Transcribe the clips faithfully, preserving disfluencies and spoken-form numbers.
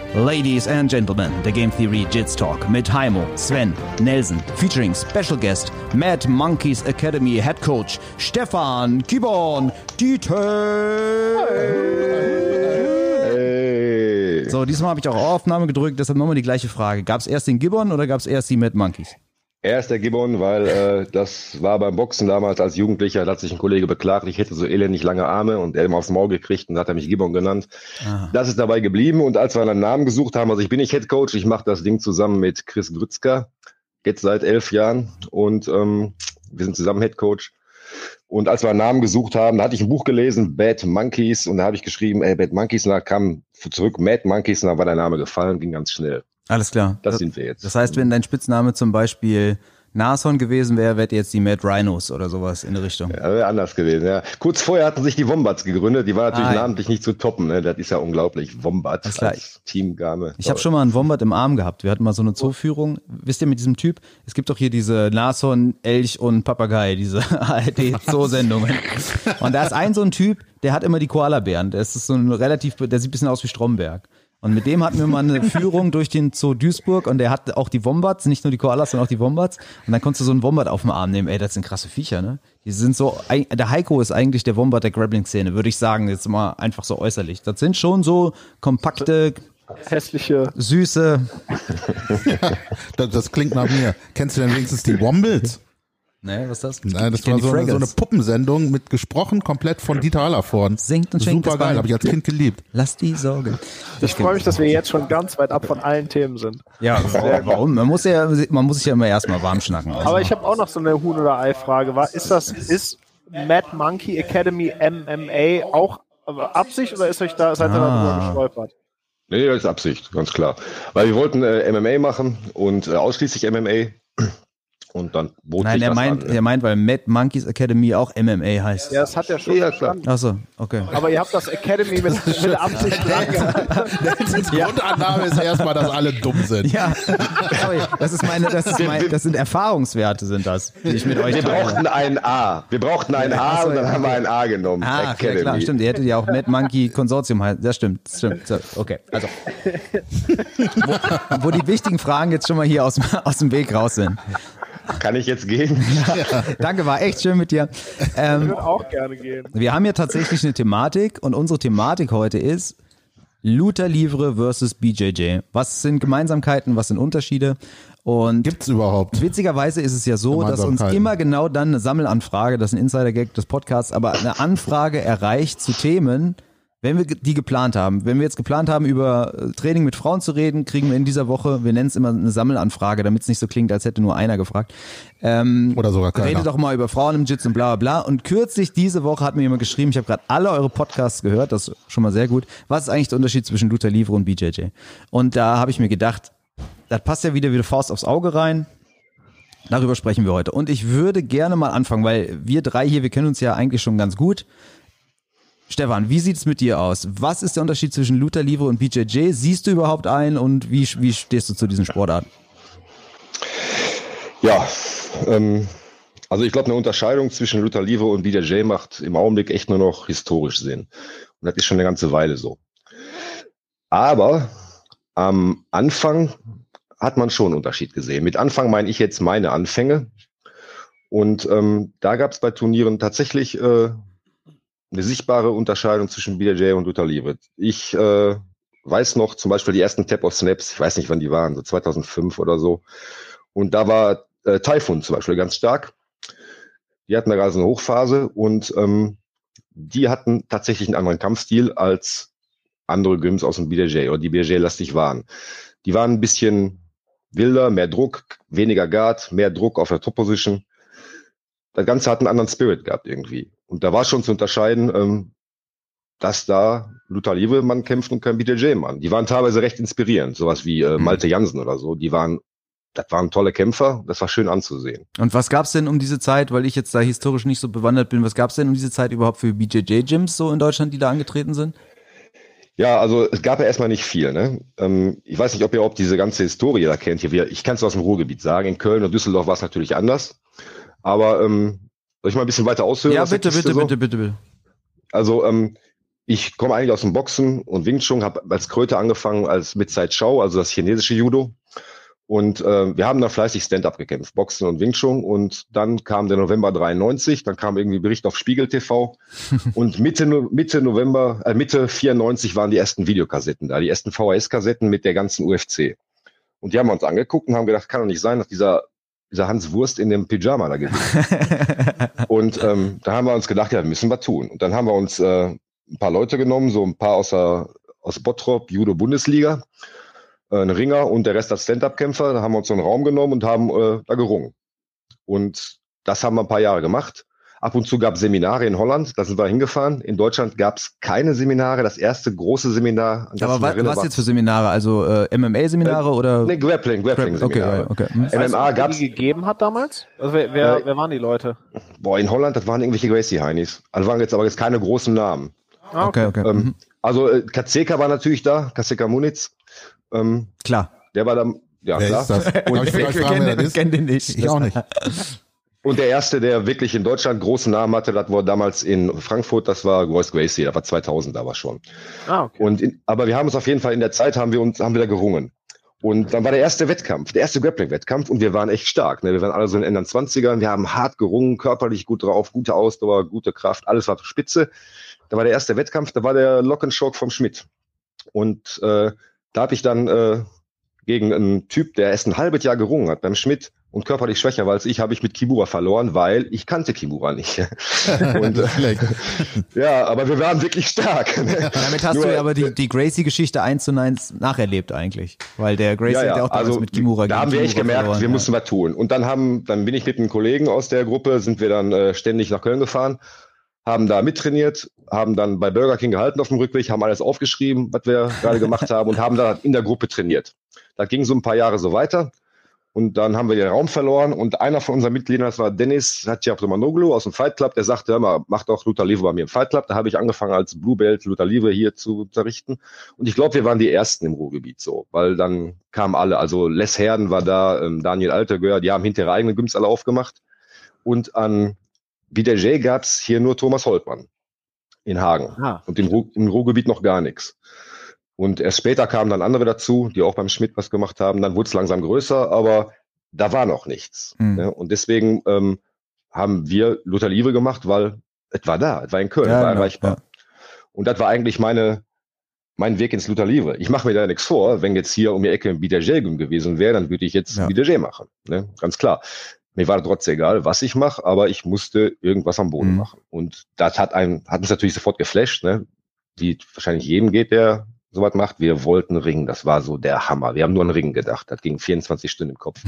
Ladies and Gentlemen, der Game Theory Jits Talk mit Heimo, Sven, Nelson, featuring Special Guest, Mad Monkeys Academy Head Coach, Stefan Kibon Dieter. Hey. So, diesmal habe ich auch Aufnahme gedrückt, deshalb nochmal die gleiche Frage. Gab es erst den Gibbon oder gab es erst die Mad Monkeys? Erst der Gibbon, weil äh, das war beim Boxen damals als Jugendlicher, da hat sich ein Kollege beklagt, ich hätte so elendig lange Arme und er hat ihm aufs Maul gekriegt und da hat er mich Gibbon genannt. Aha. Das ist dabei geblieben und als wir einen Namen gesucht haben, also ich bin nicht Head Coach, ich mache das Ding zusammen mit Chris Grützka, jetzt seit elf Jahren und ähm, wir sind zusammen Head Coach. Und als wir einen Namen gesucht haben, da hatte ich ein Buch gelesen, Bad Monkeys, und da habe ich geschrieben, ey, Bad Monkeys, und da kam zurück Mad Monkeys, und da war der Name gefallen, ging ganz schnell. Alles klar. Das, das sind wir jetzt. Das heißt, wenn dein Spitzname zum Beispiel Nashorn gewesen wäre, wärt ihr jetzt die Mad Rhinos oder sowas in der Richtung. Ja, wäre anders gewesen, ja. Kurz vorher hatten sich die Wombats gegründet, die war natürlich ah, ja. namentlich nicht zu toppen, ne? Das ist ja unglaublich. Wombats als Teamgame. Ich habe schon mal einen Wombat im Arm gehabt. Wir hatten mal so eine Zooführung. Wisst ihr, mit diesem Typ, es gibt doch hier diese Nashorn, Elch und Papagei, diese A R D-Zoo-Sendungen. Und da ist ein so ein Typ, der hat immer die Koalabären. Der ist so ein relativ, der sieht ein bisschen aus wie Stromberg. Und mit dem hatten wir mal eine Führung durch den Zoo Duisburg und der hat auch die Wombats, nicht nur die Koalas, sondern auch die Wombats. Und dann konntest du so einen Wombat auf den Arm nehmen. Ey, das sind krasse Viecher, ne? Die sind so, der Heiko ist eigentlich der Wombat der Grappling-Szene, würde ich sagen, jetzt mal einfach so äußerlich. Das sind schon so kompakte, hässliche, süße. das, das klingt nach mir. Kennst du denn wenigstens die Wombles? Nee, was ist das? Nein, das war so eine, so eine Puppensendung mit gesprochen, komplett von Dieter Hallervorden. Singt und schenkt. Super geil, habe ich als Kind geliebt. Lass die Sorge. Ich freue mich, dass wir jetzt schon ganz weit ab von allen Themen sind. Ja, warum? Man muss ja, man muss sich ja immer erstmal warm schnacken. Also. Aber ich habe auch noch so eine Huhn- oder Ei-Frage. War, ist das, ist Mad Monkey Academy M M A auch Absicht oder ist euch da, seid ihr ah. da drüber gestolpert? Nee, das ist Absicht, ganz klar. Weil wir wollten äh, M M A machen und äh, ausschließlich M M A. Und dann bot Nein, sich er das meint, an, ne? er meint, weil Mad Monkeys Academy auch M M A heißt. Ja, das hat er schon ja, klar. verstanden. Ach so, okay. Aber ihr habt das Academy mit, mit Absicht dran gehalten. Die Grundannahme ist erstmal, dass alle dumm sind. Ja, sorry, das ist meine, das ist mein, das sind Erfahrungswerte, sind das, die ich mit euch Wir teile. brauchten ein A. Wir brauchten ein A Ach so, und dann ja, haben wir okay. ein A genommen. Ah, Academy. ja, klar, stimmt. Ihr hättet ja auch Mad Monkey Konsortium heißen. Das stimmt, das stimmt. So, okay, also. Wo, wo die wichtigen Fragen jetzt schon mal hier aus, aus dem Weg raus sind. Kann ich jetzt gehen? Ja, danke, war echt schön mit dir. Ähm, ich würde auch gerne gehen. Wir haben ja tatsächlich eine Thematik und unsere Thematik heute ist Luta Livre versus B J J. Was sind Gemeinsamkeiten, was sind Unterschiede? Und gibt's überhaupt? Witzigerweise ist es ja so, dass uns immer genau dann eine Sammelanfrage, das ist ein Insider-Gag des Podcasts, aber eine Anfrage erreicht zu Themen, wenn wir die geplant haben. Wenn wir jetzt geplant haben, über Training mit Frauen zu reden, kriegen wir in dieser Woche, wir nennen es immer eine Sammelanfrage, damit es nicht so klingt, als hätte nur einer gefragt. Ähm, Oder sogar keiner. Redet doch mal über Frauen im Jiu-Jitsu und bla bla bla. Und kürzlich diese Woche hat mir jemand geschrieben, ich habe gerade alle eure Podcasts gehört, das ist schon mal sehr gut. Was ist eigentlich der Unterschied zwischen Luta Livre und B J J? Und da habe ich mir gedacht, das passt ja wieder wie die Faust aufs Auge rein. Darüber sprechen wir heute. Und ich würde gerne mal anfangen, weil wir drei hier, wir kennen uns ja eigentlich schon ganz gut. Stefan, wie sieht es mit dir aus? Was ist der Unterschied zwischen Luta Livre und B J J? Siehst du überhaupt einen und wie, wie stehst du zu diesen Sportarten? Ja, ähm, also ich glaube, eine Unterscheidung zwischen Luta Livre und B J J macht im Augenblick echt nur noch historisch Sinn. Und das ist schon eine ganze Weile so. Aber am Anfang hat man schon einen Unterschied gesehen. Mit Anfang meine ich jetzt meine Anfänge. Und ähm, da gab es bei Turnieren tatsächlich äh, eine sichtbare Unterscheidung zwischen B J J und Luta Livre. Ich äh, weiß noch zum Beispiel die ersten Tap-of-Snaps, ich weiß nicht, wann die waren, so zweitausendfünf oder so. Und da war äh, Typhoon zum Beispiel ganz stark. Die hatten da gerade so eine Hochphase und ähm, die hatten tatsächlich einen anderen Kampfstil als andere Gyms aus dem B J J oder die B J J-lastig waren. Die waren ein bisschen wilder, mehr Druck, weniger Guard, mehr Druck auf der Top-Position. Das Ganze hat einen anderen Spirit gehabt irgendwie. Und da war schon zu unterscheiden, ähm, dass da Luta Livre Mann kämpft und kein B J J Mann. Die waren teilweise recht inspirierend, sowas wie äh, Malte Jansen oder so. Die waren, das waren tolle Kämpfer, das war schön anzusehen. Und was gab's denn um diese Zeit, weil ich jetzt da historisch nicht so bewandert bin, was gab's denn um diese Zeit überhaupt für B J J Gyms so in Deutschland, die da angetreten sind? Ja, also es gab ja erstmal nicht viel. Ne? Ähm, ich weiß nicht, ob ihr überhaupt diese ganze Historie da kennt. Hier, ich kann es aus dem Ruhrgebiet sagen. In Köln und Düsseldorf war es natürlich anders. Aber ähm, soll ich mal ein bisschen weiter ausführen? Ja, bitte, bitte, so? bitte, bitte, bitte. Also ähm, ich komme eigentlich aus dem Boxen und Wing Chun, habe als Kröte angefangen als mit Sai Chao, also das chinesische Judo. Und äh, wir haben da fleißig Stand-up gekämpft, Boxen und Wing Chun. Und dann kam der November dreiundneunzig, dann kam irgendwie Bericht auf Spiegel T V. Und Mitte, Mitte November, äh, Mitte vierundneunzig waren die ersten Videokassetten da, die ersten V H S-Kassetten mit der ganzen U F C. Und die haben wir uns angeguckt und haben gedacht, kann doch nicht sein, dass dieser, dieser Hans Wurst in dem Pyjama da gewinnt. Und ähm, da haben wir uns gedacht, ja, müssen wir tun. Und dann haben wir uns äh, ein paar Leute genommen, so ein paar aus, der, aus Bottrop, Judo-Bundesliga, ein Ringer und der Rest als Stand-Up-Kämpfer. Da haben wir uns so einen Raum genommen und haben äh, da gerungen. Und das haben wir ein paar Jahre gemacht. Ab und zu gab es Seminare in Holland, da sind wir hingefahren. In Deutschland gab es keine Seminare. Das erste große Seminar. Aber was, was jetzt für Seminare? Also äh, M M A-Seminare äh, oder? Nee, Grappling, Grappling-Seminare. Okay, okay. Hm. M M A gab es. Die gegeben hat damals? Also wer, wer, äh, wer waren die Leute? Boah, in Holland, das waren irgendwelche Gracie-Heinis. Also waren jetzt aber jetzt keine großen Namen. Ah, okay, okay. Ähm, mhm. Also äh, Katzeka war natürlich da, Katzeka Muniz. Ähm, klar. Der war da, ja wer klar. Ist das? Und ich ich kenne den, kenn den nicht. Ich auch nicht. Und der erste, der wirklich in Deutschland großen Namen hatte, das war damals in Frankfurt, das war Royce Gracie, das war zweitausend aber schon. Ah, okay. Und in, aber wir haben uns auf jeden Fall in der Zeit, haben wir uns, haben wir da gerungen. Und dann war der erste Wettkampf, der erste Grappling-Wettkampf und wir waren echt stark. Ne? Wir waren alle so in den Ende zwanzigern, wir haben hart gerungen, körperlich gut drauf, gute Ausdauer, gute Kraft, alles war spitze. Da war der erste Wettkampf, da war der Lock-and-Shock vom Schmidt. Und äh, da habe ich dann äh, gegen einen Typ, der erst ein halbes Jahr gerungen hat beim Schmidt und körperlich schwächer war als ich, habe ich mit Kimura verloren, weil ich kannte Kimura nicht. Und, äh, ja, aber wir waren wirklich stark. Ne? Damit hast Nur, du ja aber die, die Gracie-Geschichte eins zu eins nacherlebt eigentlich, weil der Gracie ja, ja, hat ja auch damals also, mit Kimura da haben wir echt gemerkt, verloren, wir ja. mussten was tun. Und dann haben, dann bin ich mit einem Kollegen aus der Gruppe, sind wir dann äh, ständig nach Köln gefahren, haben da mittrainiert, haben dann bei Burger King gehalten auf dem Rückweg, haben alles aufgeschrieben, was wir gerade gemacht haben und haben da in der Gruppe trainiert. Das ging so ein paar Jahre so weiter und dann haben wir den Raum verloren und einer von unseren Mitgliedern, das war Dennis Hatjiaptomanoglu aus dem Fight Club, der sagte, hör mal, mach doch Luta Livre bei mir im Fight Club. Da habe ich angefangen als Blue Belt Luta Livre hier zu unterrichten und ich glaube, wir waren die Ersten im Ruhrgebiet so, weil dann kamen alle, also Les Herden war da, ähm, Daniel Altegör, die haben hinter ihre eigenen Gyms alle aufgemacht und an B D J gab es hier nur Thomas Holtmann in Hagen ah. und im, Ruhr, im Ruhrgebiet noch gar nichts. Und erst später kamen dann andere dazu, die auch beim Schmidt was gemacht haben. Dann wurde es langsam größer, aber da war noch nichts. Mhm. Ne? Und deswegen ähm, haben wir Luta Livre gemacht, weil es war da, es war in Köln, ja, war genau, erreichbar. Ja. Und das war eigentlich meine, mein Weg ins Luta Livre. Ich mache mir da nichts vor, wenn jetzt hier um die Ecke ein B D J-Gym gewesen wäre, dann würde ich jetzt ja. B D J machen. Ne? Ganz klar. Mir war trotzdem egal, was ich mache, aber ich musste irgendwas am Boden mhm. machen. Und das hat einen, hat uns natürlich sofort geflasht, ne? Wie wahrscheinlich jedem geht, der sowas macht. Wir wollten ringen, das war so der Hammer. Wir haben nur an Ringen gedacht, das ging vierundzwanzig Stunden im Kopf.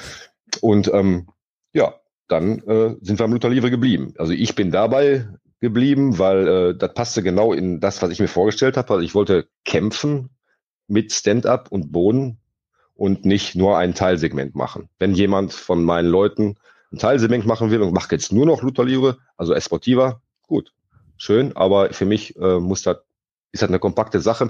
Und ähm, ja, dann äh, sind wir am Luta Livre geblieben. Also ich bin dabei geblieben, weil äh, das passte genau in das, was ich mir vorgestellt habe. Also ich wollte kämpfen mit Stand-up und Boden und nicht nur ein Teilsegment machen. Wenn jemand von meinen Leuten ein Teilsegment machen will und macht jetzt nur noch Luta Livre, also Esportiva, gut, schön, aber für mich äh, muss das, ist das eine kompakte Sache.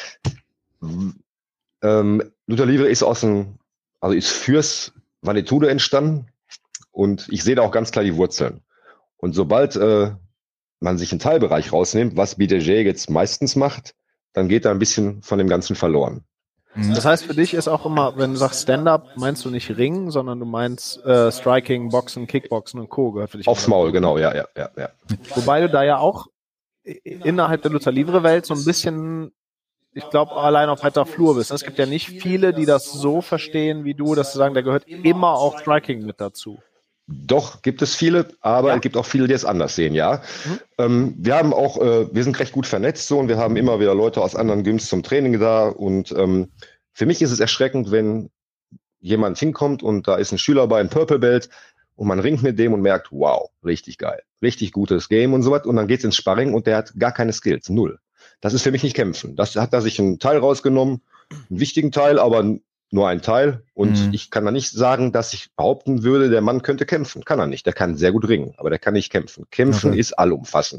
Ähm, Luta Livre ist aus dem, also ist fürs Valetudo entstanden und ich sehe da auch ganz klar die Wurzeln. Und sobald äh, man sich einen Teilbereich rausnimmt, was B D J jetzt meistens macht, dann geht da ein bisschen von dem Ganzen verloren. Das heißt, für dich ist auch immer, wenn du sagst Stand-Up, meinst du nicht Ringen, sondern du meinst äh, Striking, Boxen, Kickboxen und Co. gehört für dich. Aufs Maul, genau, ja, ja, ja, ja. Wobei du da ja auch innerhalb der Luta Livre-Welt so ein bisschen, ich glaube, allein auf weiter Flur bist. Es gibt ja nicht viele, die das so verstehen wie du, dass sie sagen, da gehört immer auch Striking mit dazu. Doch, gibt es viele, aber ja. es gibt auch viele, die es anders sehen, ja. Mhm. Ähm, wir haben auch, äh, wir sind recht gut vernetzt so und wir haben immer wieder Leute aus anderen Gyms zum Training da und ähm, für mich ist es erschreckend, wenn jemand hinkommt und da ist ein Schüler bei einem Purple Belt und man ringt mit dem und merkt, wow, richtig geil, richtig gutes Game und so was und dann geht's ins Sparring und der hat gar keine Skills, null. Das ist für mich nicht kämpfen. Das hat er sich einen Teil rausgenommen, einen wichtigen Teil, aber nur ein Teil und mhm. ich kann da nicht sagen, dass ich behaupten würde, der Mann könnte kämpfen. Kann er nicht. Der kann sehr gut ringen, aber der kann nicht kämpfen. Kämpfen okay. ist allumfassend.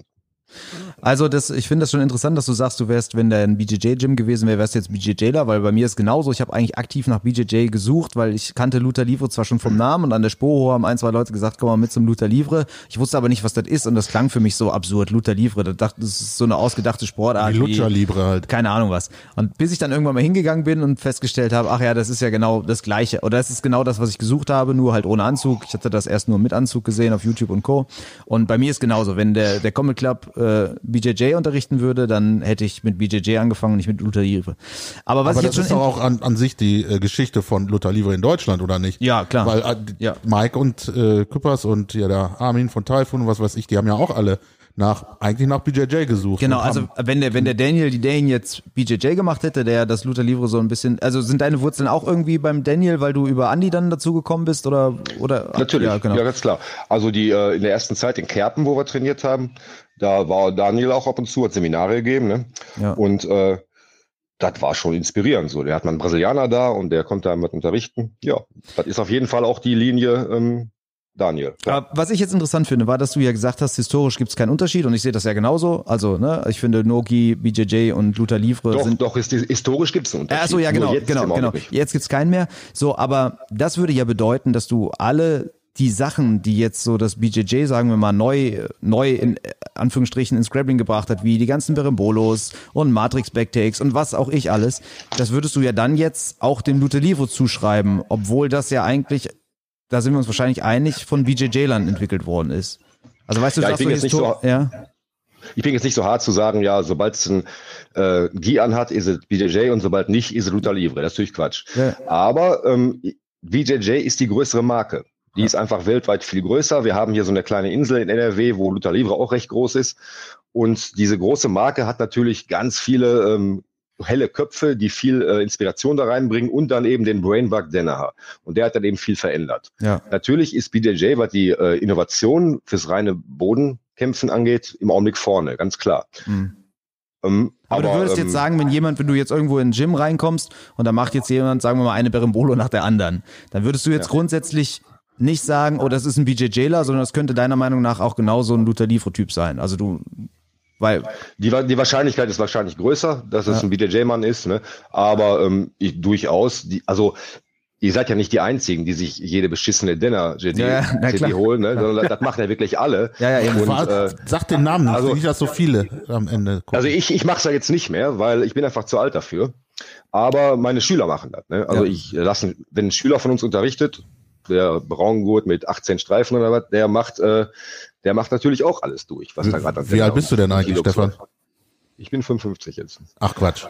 Also das, ich finde das schon interessant, dass du sagst, du wärst, wenn da ein B J J-Gym gewesen wäre, wärst du jetzt BJJler, weil bei mir ist genauso, ich habe eigentlich aktiv nach B J J gesucht, weil ich kannte Luther Livre zwar schon vom Namen und an der Spoho haben ein, zwei Leute gesagt, komm mal mit zum Luther Livre. Ich wusste aber nicht, was das ist und das klang für mich so absurd, Luther Livre. Ich dachte, das ist so eine ausgedachte Sportart. Wie Lucha Libre halt. Keine Ahnung was. Und bis ich dann irgendwann mal hingegangen bin und festgestellt habe, ach ja, das ist ja genau das Gleiche. Oder das ist genau das, was ich gesucht habe, nur halt ohne Anzug. Ich hatte das erst nur mit Anzug gesehen auf YouTube und Co. Und bei mir ist genauso, wenn der, der Comic Club äh, B J J unterrichten würde, dann hätte ich mit B J J angefangen und nicht mit Luther Livre. Aber was Aber ich das jetzt ist schon doch auch an, an sich die äh, Geschichte von Luther Livre in Deutschland, oder nicht? Ja, klar. Weil äh, Ja. Mike und äh, Küppers und ja der Armin von Typhoon und was weiß ich, die haben ja auch alle nach eigentlich nach B J J gesucht. Genau, und also haben, wenn der wenn der Daniel die Dane jetzt B J J gemacht hätte, der das Luther Livre so ein bisschen, also sind deine Wurzeln auch irgendwie beim Daniel, weil du über Andi dann dazu gekommen bist oder oder Natürlich, ja, genau. ja, ganz klar. Also die äh, in der ersten Zeit in Kerpen, wo wir trainiert haben, da war Daniel auch ab und zu, hat Seminare gegeben, ne? Ja. Und äh, das war schon inspirierend. So, der hat mal einen Brasilianer da und der konnte damit unterrichten. Ja, das ist auf jeden Fall auch die Linie ähm, Daniel. Ja. Aber was ich jetzt interessant finde, war, dass du ja gesagt hast, historisch gibt es keinen Unterschied und ich sehe das ja genauso. Also, ne, ich finde Nogi, B J J und Luther Livre Doch, sind. doch, ist, historisch gibt es einen Unterschied. Ach so, ja, genau, Nur jetzt genau, im genau. Augenblick. Jetzt gibt's keinen mehr. So, aber das würde ja bedeuten, dass du alle die Sachen, die jetzt so das B J J, sagen wir mal, neu, neu in Anführungsstrichen ins Scrabbling gebracht hat, wie die ganzen Berimbolos und Matrix Backtakes und was auch ich alles, das würdest du ja dann jetzt auch dem Luther Livre zuschreiben, obwohl das ja eigentlich, da sind wir uns wahrscheinlich einig, von B J J-Lern entwickelt worden ist. Also weißt du, Ja, sagst ich du bin jetzt nicht so- ja? Ich bin jetzt nicht so hart zu sagen, ja, sobald es ein äh, Gi anhat, ist es B J J und sobald nicht, ist es Luther Livre. Das ist natürlich Quatsch. Ja. Aber ähm, B J J ist die größere Marke. Die ist einfach weltweit viel größer. Wir haben hier so eine kleine Insel in N R W, wo Luther Livre auch recht groß ist. Und diese große Marke hat natürlich ganz viele ähm, helle Köpfe, die viel äh, Inspiration da reinbringen und dann eben den Brainbug Danaher. Und der hat dann eben viel verändert. Ja. Natürlich ist B J J, was die äh, Innovation fürs reine Bodenkämpfen angeht, im Augenblick vorne, ganz klar. Mhm. Ähm, Aber, du würdest ähm, jetzt sagen, wenn jemand, wenn du jetzt irgendwo in ein Gym reinkommst und da macht jetzt jemand, sagen wir mal, eine Berimbolo nach der anderen, dann würdest du jetzt Ja. grundsätzlich nicht sagen, oh, das ist ein B J J-ler, sondern das könnte deiner Meinung nach auch genauso ein Luther Livre-Typ sein. Also du, weil, Die, Wa- die Wahrscheinlichkeit ist wahrscheinlich größer, dass es Ja. ein B J J-Mann ist, ne? Aber ähm, ich, durchaus, die, also ihr seid ja nicht die Einzigen, die sich jede beschissene Denner-J D Ja, ja, na klar. holen, ne? Sondern das, das machen ja wirklich alle. Ja, ja, eben. Und, War- äh, Sag den Namen nicht, also- nicht, dass so viele am Ende gucken. also ich, ich mache es ja jetzt nicht mehr, weil ich bin einfach zu alt dafür. Aber meine Schüler machen das. Ne? Also Ja. ich lasse, wenn ein Schüler von uns unterrichtet, der Braungurt mit achtzehn Streifen oder was, der macht, äh, der macht natürlich auch alles durch, was da gerade an Wie alt bist du denn eigentlich, Hilux Stefan? läuft. Ich bin fünfundfünfzig jetzt. Ach Quatsch.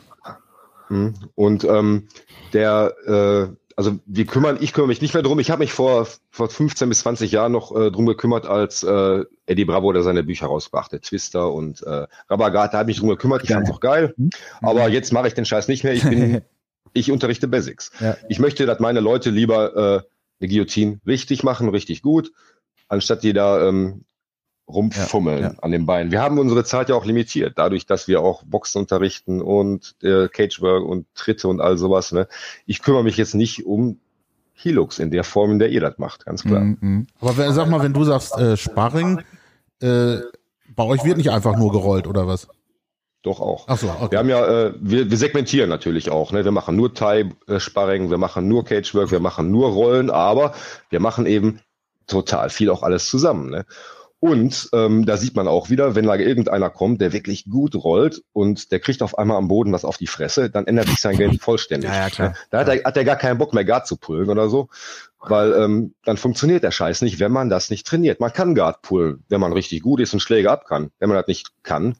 Mhm. Und ähm, der, äh, also wir kümmern, ich kümmere mich nicht mehr drum. Ich habe mich vor vor fünfzehn bis zwanzig Jahren noch äh, drum gekümmert, als äh, Eddie Bravo da seine Bücher rausbrachte, Twister und äh, Rabagat, da habe ich mich drum gekümmert. Ich fand's auch geil. Aber jetzt mache ich den Scheiß nicht mehr. Ich bin, ich unterrichte Basics. Ja. Ich möchte, dass meine Leute lieber äh, eine Guillotine richtig machen, richtig gut, anstatt die da ähm, rumfummeln Ja, ja. an den Beinen. Wir haben unsere Zeit ja auch limitiert, dadurch, dass wir auch Boxen unterrichten und äh, Cagework und Tritte und all sowas. Ne? Ich kümmere mich jetzt nicht um Hilux in der Form, in der ihr das macht, ganz klar. Mhm, mhm. Aber wenn, sag mal, wenn du sagst äh, Sparring, äh, bei euch wird nicht einfach nur gerollt, oder was? Doch auch. Ach so, okay. Wir haben ja, äh, wir, wir segmentieren natürlich auch. Ne? Wir machen nur Thai-Sparring, wir machen nur Cagework, wir machen nur Rollen, aber wir machen eben total viel auch alles zusammen. Ne? Und ähm, da sieht man auch wieder, wenn da irgendeiner kommt, der wirklich gut rollt und der kriegt auf einmal am Boden was auf die Fresse, dann ändert sich sein Game vollständig. Ja, ja, klar. Ne? Da hat er, hat er gar keinen Bock mehr, Guard zu pullen oder so, weil ähm, dann funktioniert der Scheiß nicht, wenn man das nicht trainiert. Man kann Guard pullen, wenn man richtig gut ist und Schläge ab kann. Wenn man das nicht kann,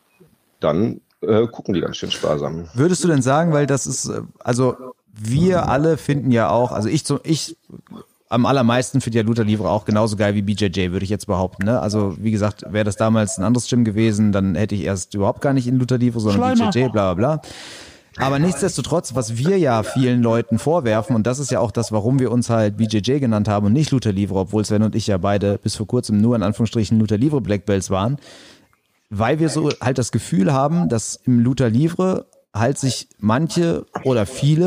dann äh, gucken die ganz schön sparsam. Würdest du denn sagen, weil das ist, äh, also wir alle finden ja auch, also ich, so, ich am allermeisten finde ja Luther Livre auch genauso geil wie B J J, würde ich jetzt behaupten. Ne? Also wie gesagt, wäre das damals ein anderes Gym gewesen, dann hätte ich erst überhaupt gar nicht in Luther Livre, sondern Schleimer. B J J, bla bla bla. Aber nichtsdestotrotz, was wir ja vielen Leuten vorwerfen, und das ist ja auch das, warum wir uns halt B J J genannt haben und nicht Luther Livre, obwohl Sven und ich ja beide bis vor kurzem nur in Anführungsstrichen Luther Livre Black Belts waren, weil wir so halt das Gefühl haben, dass im Luther Livre halt sich manche oder viele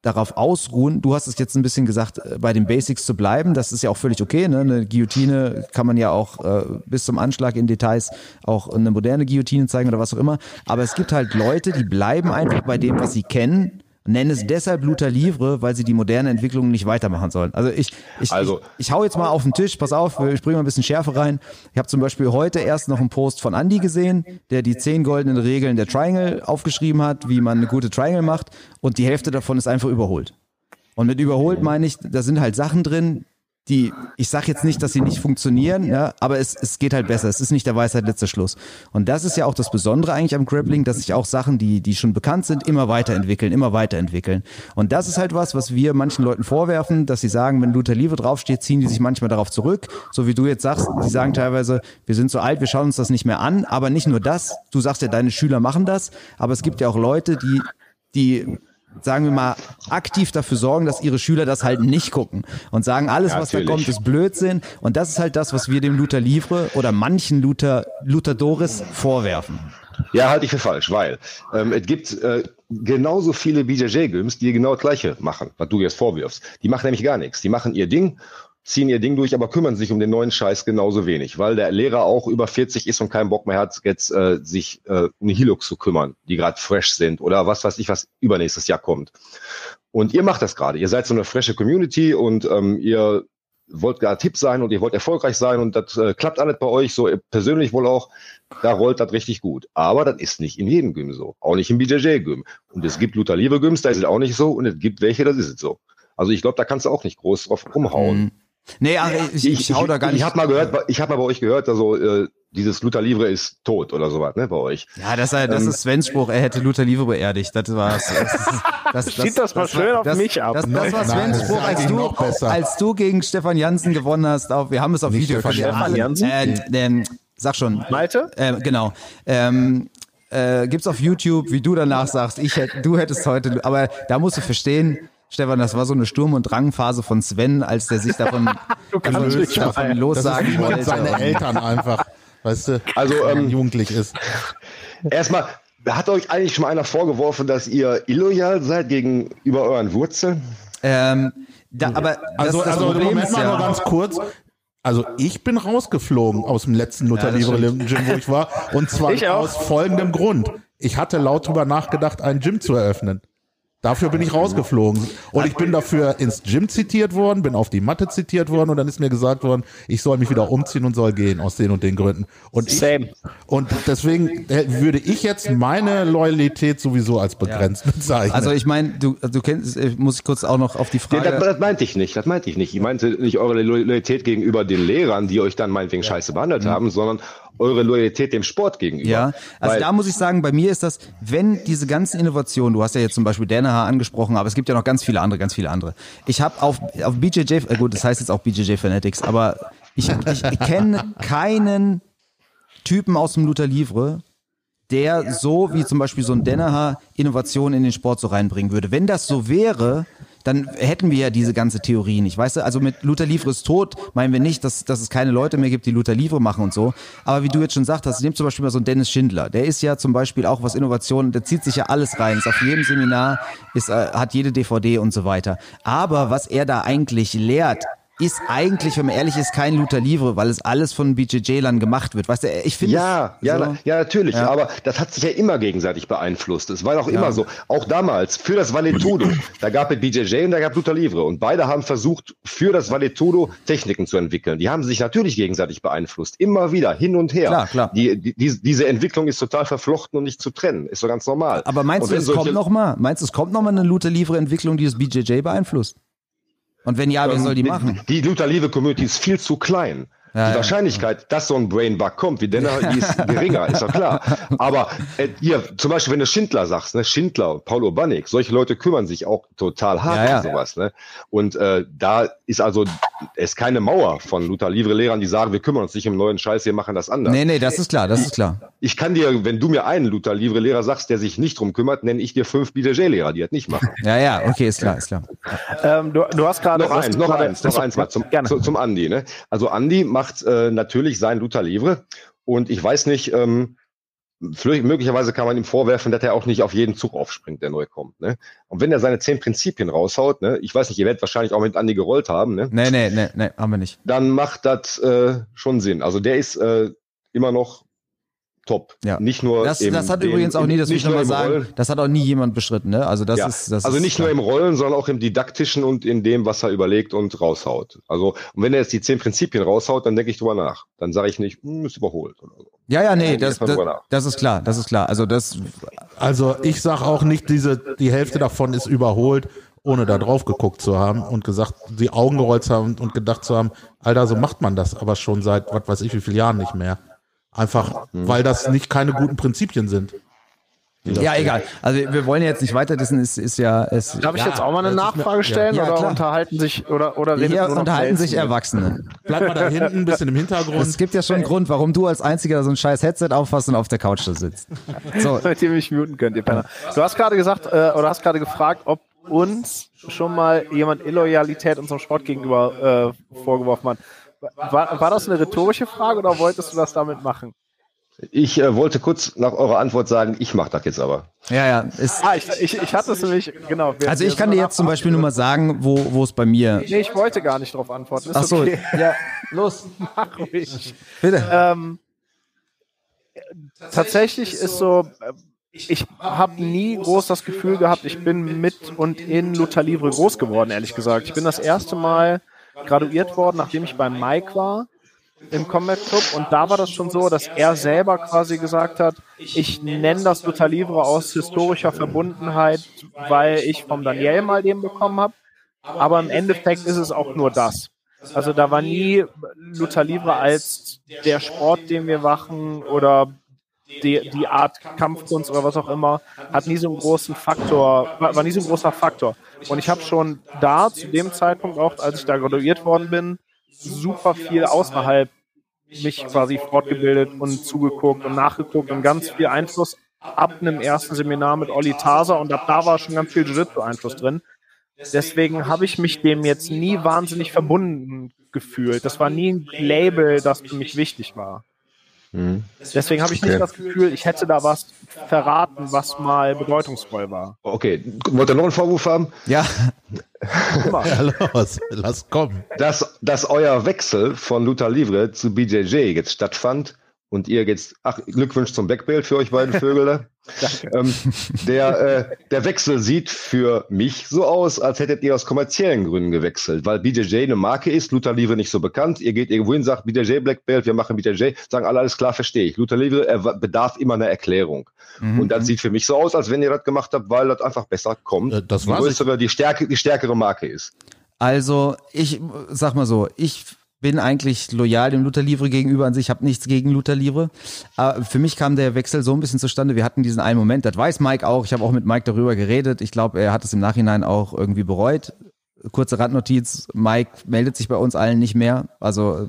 darauf ausruhen, du hast es jetzt ein bisschen gesagt, bei den Basics zu bleiben, das ist ja auch völlig okay, ne? Eine Guillotine kann man ja auch äh, bis zum Anschlag in Details auch eine moderne Guillotine zeigen oder was auch immer, aber es gibt halt Leute, die bleiben einfach bei dem, was sie kennen, nennen es deshalb Luta Livre, weil sie die moderne Entwicklung nicht weitermachen sollen. Also ich, ich, Also, ich, ich hau jetzt mal auf den Tisch, pass auf, ich bringe mal ein bisschen Schärfe rein. Ich habe zum Beispiel heute erst noch einen Post von Andy gesehen, der die zehn goldenen Regeln der Triangle aufgeschrieben hat, wie man eine gute Triangle macht, und die Hälfte davon ist einfach überholt. Und mit überholt meine ich, da sind halt Sachen drin, die, ich sag jetzt nicht, dass sie nicht funktionieren, ja, aber es, es geht halt besser. Es ist nicht der Weisheit letzter Schluss. Und das ist ja auch das Besondere eigentlich am Grappling, dass sich auch Sachen, die, die schon bekannt sind, immer weiterentwickeln, immer weiterentwickeln. Und das ist halt was, was wir manchen Leuten vorwerfen, dass sie sagen, wenn Luta Livre draufsteht, ziehen die sich manchmal darauf zurück. So wie du jetzt sagst, die sagen teilweise, wir sind so alt, wir schauen uns das nicht mehr an. Aber nicht nur das, du sagst ja, deine Schüler machen das, aber es gibt ja auch Leute, die, die, sagen wir mal, aktiv dafür sorgen, dass ihre Schüler das halt nicht gucken und sagen, alles, Ja, was natürlich. da kommt, ist Blödsinn. Und das ist halt das, was wir dem Luta Livre oder manchen Luta, Lutadores vorwerfen. Ja, halte ich für falsch, weil ähm, es gibt äh, genauso viele B J J-Gyms, die genau das Gleiche machen, was du jetzt vorwirfst. Die machen nämlich gar nichts. Die machen ihr Ding, ziehen ihr Ding durch, aber kümmern sich um den neuen Scheiß genauso wenig, weil der Lehrer auch über vierzig ist und keinen Bock mehr hat, jetzt äh, sich äh, um die Hilux zu kümmern, die gerade fresh sind oder was weiß ich, was übernächstes Jahr kommt. Und ihr macht das gerade. Ihr seid so eine frische Community und ähm, ihr wollt gar Tipp sein und ihr wollt erfolgreich sein und das äh, klappt alles bei euch, so persönlich wohl auch, da rollt das richtig gut. Aber das ist nicht in jedem Gym so, auch nicht im B J J-Gym. Und es gibt Luta Livre Gyms, da ist es auch nicht so, und es gibt welche, das ist es so. Also ich glaube, da kannst du auch nicht groß drauf rumhauen. Mhm. Nee, ach, ich, ich, ich hau da gar nicht. Ich habe mal gehört, ich habe mal bei euch gehört, also äh, dieses Luta Livre ist tot oder sowas, ne, bei euch. Ja, das, das Ähm, ist Svens Spruch, er hätte Luta Livre beerdigt. Das war's. Das, das, Zieht das mal schön auf das, mich ab. Das, das war Nein, Svens das Spruch, ist als eigentlich du, noch besser. als du gegen Stefan Jansen gewonnen hast. Auf, wir haben es auf Nicht Video. Stefan Stefan Jansen? Äh, ähm, sag schon. Malte? Äh, genau. Ähm, äh, gibt's auf YouTube, wie du danach sagst, ich hätte, du hättest heute, aber da musst du verstehen, Stefan, das war so eine Sturm- und Drangphase von Sven, als der sich davon, kannst gelöst, mich davon mal. Das ist lossagen wie mit wollte. seinen Eltern einfach, weißt du, Also, wenn man ähm, jugendlich ist. Erstmal, hat euch eigentlich schon mal einer vorgeworfen, dass ihr illoyal seid gegenüber euren Wurzeln? Ähm, da, aber Also, das, das also Problem Moment ist mal ja, nur ganz kurz. Also ich bin rausgeflogen aus dem letzten Luther das Livre stimmt. Gym, wo ich war. Und zwar Ich auch. aus folgendem Grund. Ich hatte laut drüber nachgedacht, ein Gym zu eröffnen. Dafür bin ich rausgeflogen. Und ich bin dafür ins Gym zitiert worden, bin auf die Matte zitiert worden und dann ist mir gesagt worden, ich soll mich wieder umziehen und soll gehen aus den und den Gründen. Und ich, Same. und deswegen äh, würde ich jetzt meine Loyalität sowieso als begrenzt bezeichnen. also ich meine, du, du kennst, äh, muss ich kurz auch noch auf die Ja, Frage. das, das meinte ich nicht, das meinte ich nicht. Ich meinte nicht eure Loyalität gegenüber den Lehrern, die euch dann meinetwegen scheiße behandelt haben, sondern eure Loyalität dem Sport gegenüber. Ja, also Weil, da muss ich sagen, bei mir ist das, wenn diese ganzen Innovationen, du hast ja jetzt zum Beispiel Danaher angesprochen, aber es gibt ja noch ganz viele andere, ganz viele andere. Ich habe auf, auf B J J, äh gut, das heißt jetzt auch B J J Fanatics, aber ich, ich, ich kenne keinen Typen aus dem Luta Livre, der so wie zum Beispiel so ein Danaher Innovation in den Sport so reinbringen würde. Wenn das so wäre, dann hätten wir ja diese ganze Theorie nicht. Weißt du, also mit Luta Livre ist tot, meinen wir nicht, dass, dass es keine Leute mehr gibt, die Luta Livre machen und so. Aber wie du jetzt schon sagst, hast, nimm zum Beispiel mal so einen Dennis Schindler. Der ist ja zum Beispiel auch was Innovationen, der zieht sich ja alles rein. Ist auf jedem Seminar, ist, äh, hat jede D V D und so weiter. Aber was er da eigentlich lehrt, ist eigentlich, wenn man ehrlich ist, kein Luta Livre, weil es alles von B J J-Lern gemacht wird. Weißt du, ich finde ja, es ja, so, na, ja, natürlich, Ja. aber das hat sich ja immer gegenseitig beeinflusst. Es war doch immer so, auch damals, für das Valetudo, da gab es B J J und da gab Luta Livre und beide haben versucht, für das Valetudo Techniken zu entwickeln. Die haben sich natürlich gegenseitig beeinflusst, immer wieder, hin und her. Klar, klar. Die, die, die, diese Entwicklung ist total verflochten und nicht zu trennen, ist so ganz normal. aber meinst Und du, wenn es solche- kommt noch mal? Meinst du, es kommt noch mal eine Luta Livre Entwicklung, die das B J J beeinflusst? Und wenn ja, wer soll die machen? Die Luta Livre Community ist viel zu klein. Ja, die ja. Wahrscheinlichkeit, dass so ein Brainbug kommt, wie Denner, die ist geringer, ist ja klar. Aber äh, ihr, zum Beispiel, wenn du Schindler sagst, ne, Schindler, Paul Urbanik, solche Leute kümmern sich auch total hart Ja, ja. um sowas. Ne? Und äh, da ist also es ist keine Mauer von Luta Livre-Lehrern, die sagen, wir kümmern uns nicht um neuen Scheiß, wir machen das anders. Nee, nee, das ist klar, das ist klar. Ich kann dir, wenn du mir einen Luta Livre-Lehrer sagst, der sich nicht drum kümmert, nenne ich dir fünf B J J-Lehrer, die das nicht machen. Ja, ja, okay, ist klar, ist klar. Ähm, du, du hast gerade... Noch du hast eins, noch gerade- eins, noch Achso, eins mal zum, gerne. zu, zum Andi. Ne? Also Andi macht äh, natürlich sein Luta Livre und ich weiß nicht, ähm, möglicherweise kann man ihm vorwerfen, dass er auch nicht auf jeden Zug aufspringt, der neu kommt. Ne? Und wenn er seine zehn Prinzipien raushaut, ne, ich weiß nicht, ihr werdet wahrscheinlich auch mit Andi gerollt haben, ne? Nee, nee, nee, nee, haben wir nicht. Dann macht das äh, schon Sinn. Also der ist äh, immer noch top. Ja. Nicht nur das, im, das hat im, übrigens auch nie, das will ich nochmal sagen, Rollen. Das hat auch nie jemand bestritten. Ne? Also das ja. ist, das also ist nicht klar. nur im Rollen, sondern auch im Didaktischen und in dem, was er überlegt und raushaut. Also und wenn er jetzt die zehn Prinzipien raushaut, dann denke ich drüber nach. Dann sage ich nicht, hm, ist überholt oder so. Ja, ja, nee, das, das, das, das ist klar, das ist klar. Also das. Also ich sag auch nicht, diese die Hälfte davon ist überholt, ohne da drauf geguckt zu haben und gesagt, die Augen gerollt zu haben und gedacht zu haben, Alter, so macht man das, aber schon seit was weiß ich wie vielen Jahren nicht mehr. Einfach, weil das nicht keine guten Prinzipien sind. Ja, egal. Also wir wollen jetzt nicht weiter, das ist, ist ja... Es, Darf ich ja, jetzt auch mal eine Nachfrage mir, stellen ja, ja, oder klar. unterhalten sich oder oder redet Hier nur noch unterhalten sich Nelson? Erwachsene. Bleib mal da hinten, ein bisschen im Hintergrund. Es gibt ja schon einen Grund, warum du als Einziger so ein scheiß Headset aufhast und auf der Couch da sitzt. So. Damit ihr mich muten könnt, ihr Penner. Du hast gerade gesagt, äh, oder hast gerade gefragt, ob uns schon mal jemand Illoyalität unserem Sport gegenüber äh, vorgeworfen hat. War, war das eine rhetorische Frage oder wolltest du das damit machen? Ich äh, wollte kurz nach eurer Antwort sagen, ich mache das jetzt aber. Ja, ja. Ist, Ah, ich, ich, ich hatte es nämlich, genau. Wir, also ich kann dir jetzt zum Beispiel nur mal sagen, wo wo es bei mir... Nee, ich wollte gar nicht drauf antworten. Ist Ach so, okay. ja, los. Mach ruhig. Bitte. Ähm, tatsächlich ist so, ich habe nie groß das Gefühl gehabt, ich bin mit und in Lucha Livre groß geworden, ehrlich gesagt. Ich bin das erste Mal graduiert worden, nachdem ich beim Mike war im Combat Club, und da war das schon so, dass er selber quasi gesagt hat, ich nenne das Lucha Livre aus historischer Verbundenheit, weil ich vom Daniel mal den bekommen habe, aber im Endeffekt ist es auch nur das. Also da war nie Lucha Livre als der Sport, den wir machen, oder die, die Art Kampfkunst oder was auch immer, hat nie so einen großen Faktor, war, war nie so ein großer Faktor. Und ich habe schon da, zu dem Zeitpunkt auch, als ich da graduiert worden bin, super viel außerhalb mich quasi fortgebildet und zugeguckt und nachgeguckt und ganz viel Einfluss ab einem ersten Seminar mit Olli Taser, und ab da war schon ganz viel Jiu-Jitsu-Einfluss drin. Deswegen habe ich mich dem jetzt nie wahnsinnig verbunden gefühlt. Das war nie ein Label, das für mich wichtig war. Mhm. Deswegen habe ich nicht Okay. das Gefühl, ich hätte da was verraten, was mal bedeutungsvoll war. Okay, wollt ihr noch einen Vorwurf haben? Ja, Immer. Ja, los, lass kommen. Dass, dass euer Wechsel von Lucha Livre zu B J J jetzt stattfand und ihr jetzt, ach, Glückwunsch zum Backbelt für euch beiden Vögel da. ähm, der, äh, der Wechsel sieht für mich so aus, als hättet ihr aus kommerziellen Gründen gewechselt, weil B J J eine Marke ist, Lucha Livre nicht so bekannt. Ihr geht irgendwo hin, sagt B J J Black Belt, wir machen B J J, sagen alle, alles klar, verstehe ich. Lucha Livre er bedarf immer einer Erklärung. Mhm. Und das sieht für mich so aus, als wenn ihr das gemacht habt, weil das einfach besser kommt. Äh, das die war's. größere, die, stärke, die stärkere Marke ist. also ich sag mal so, ich bin eigentlich loyal dem Lucha Livre gegenüber an sich, habe nichts gegen Lucha Livre. Aber für mich kam der Wechsel so ein bisschen zustande, wir hatten diesen einen Moment, das weiß Mike auch, ich habe auch mit Mike darüber geredet, ich glaube, er hat es im Nachhinein auch irgendwie bereut. Kurze Randnotiz, Mike meldet sich bei uns allen nicht mehr, also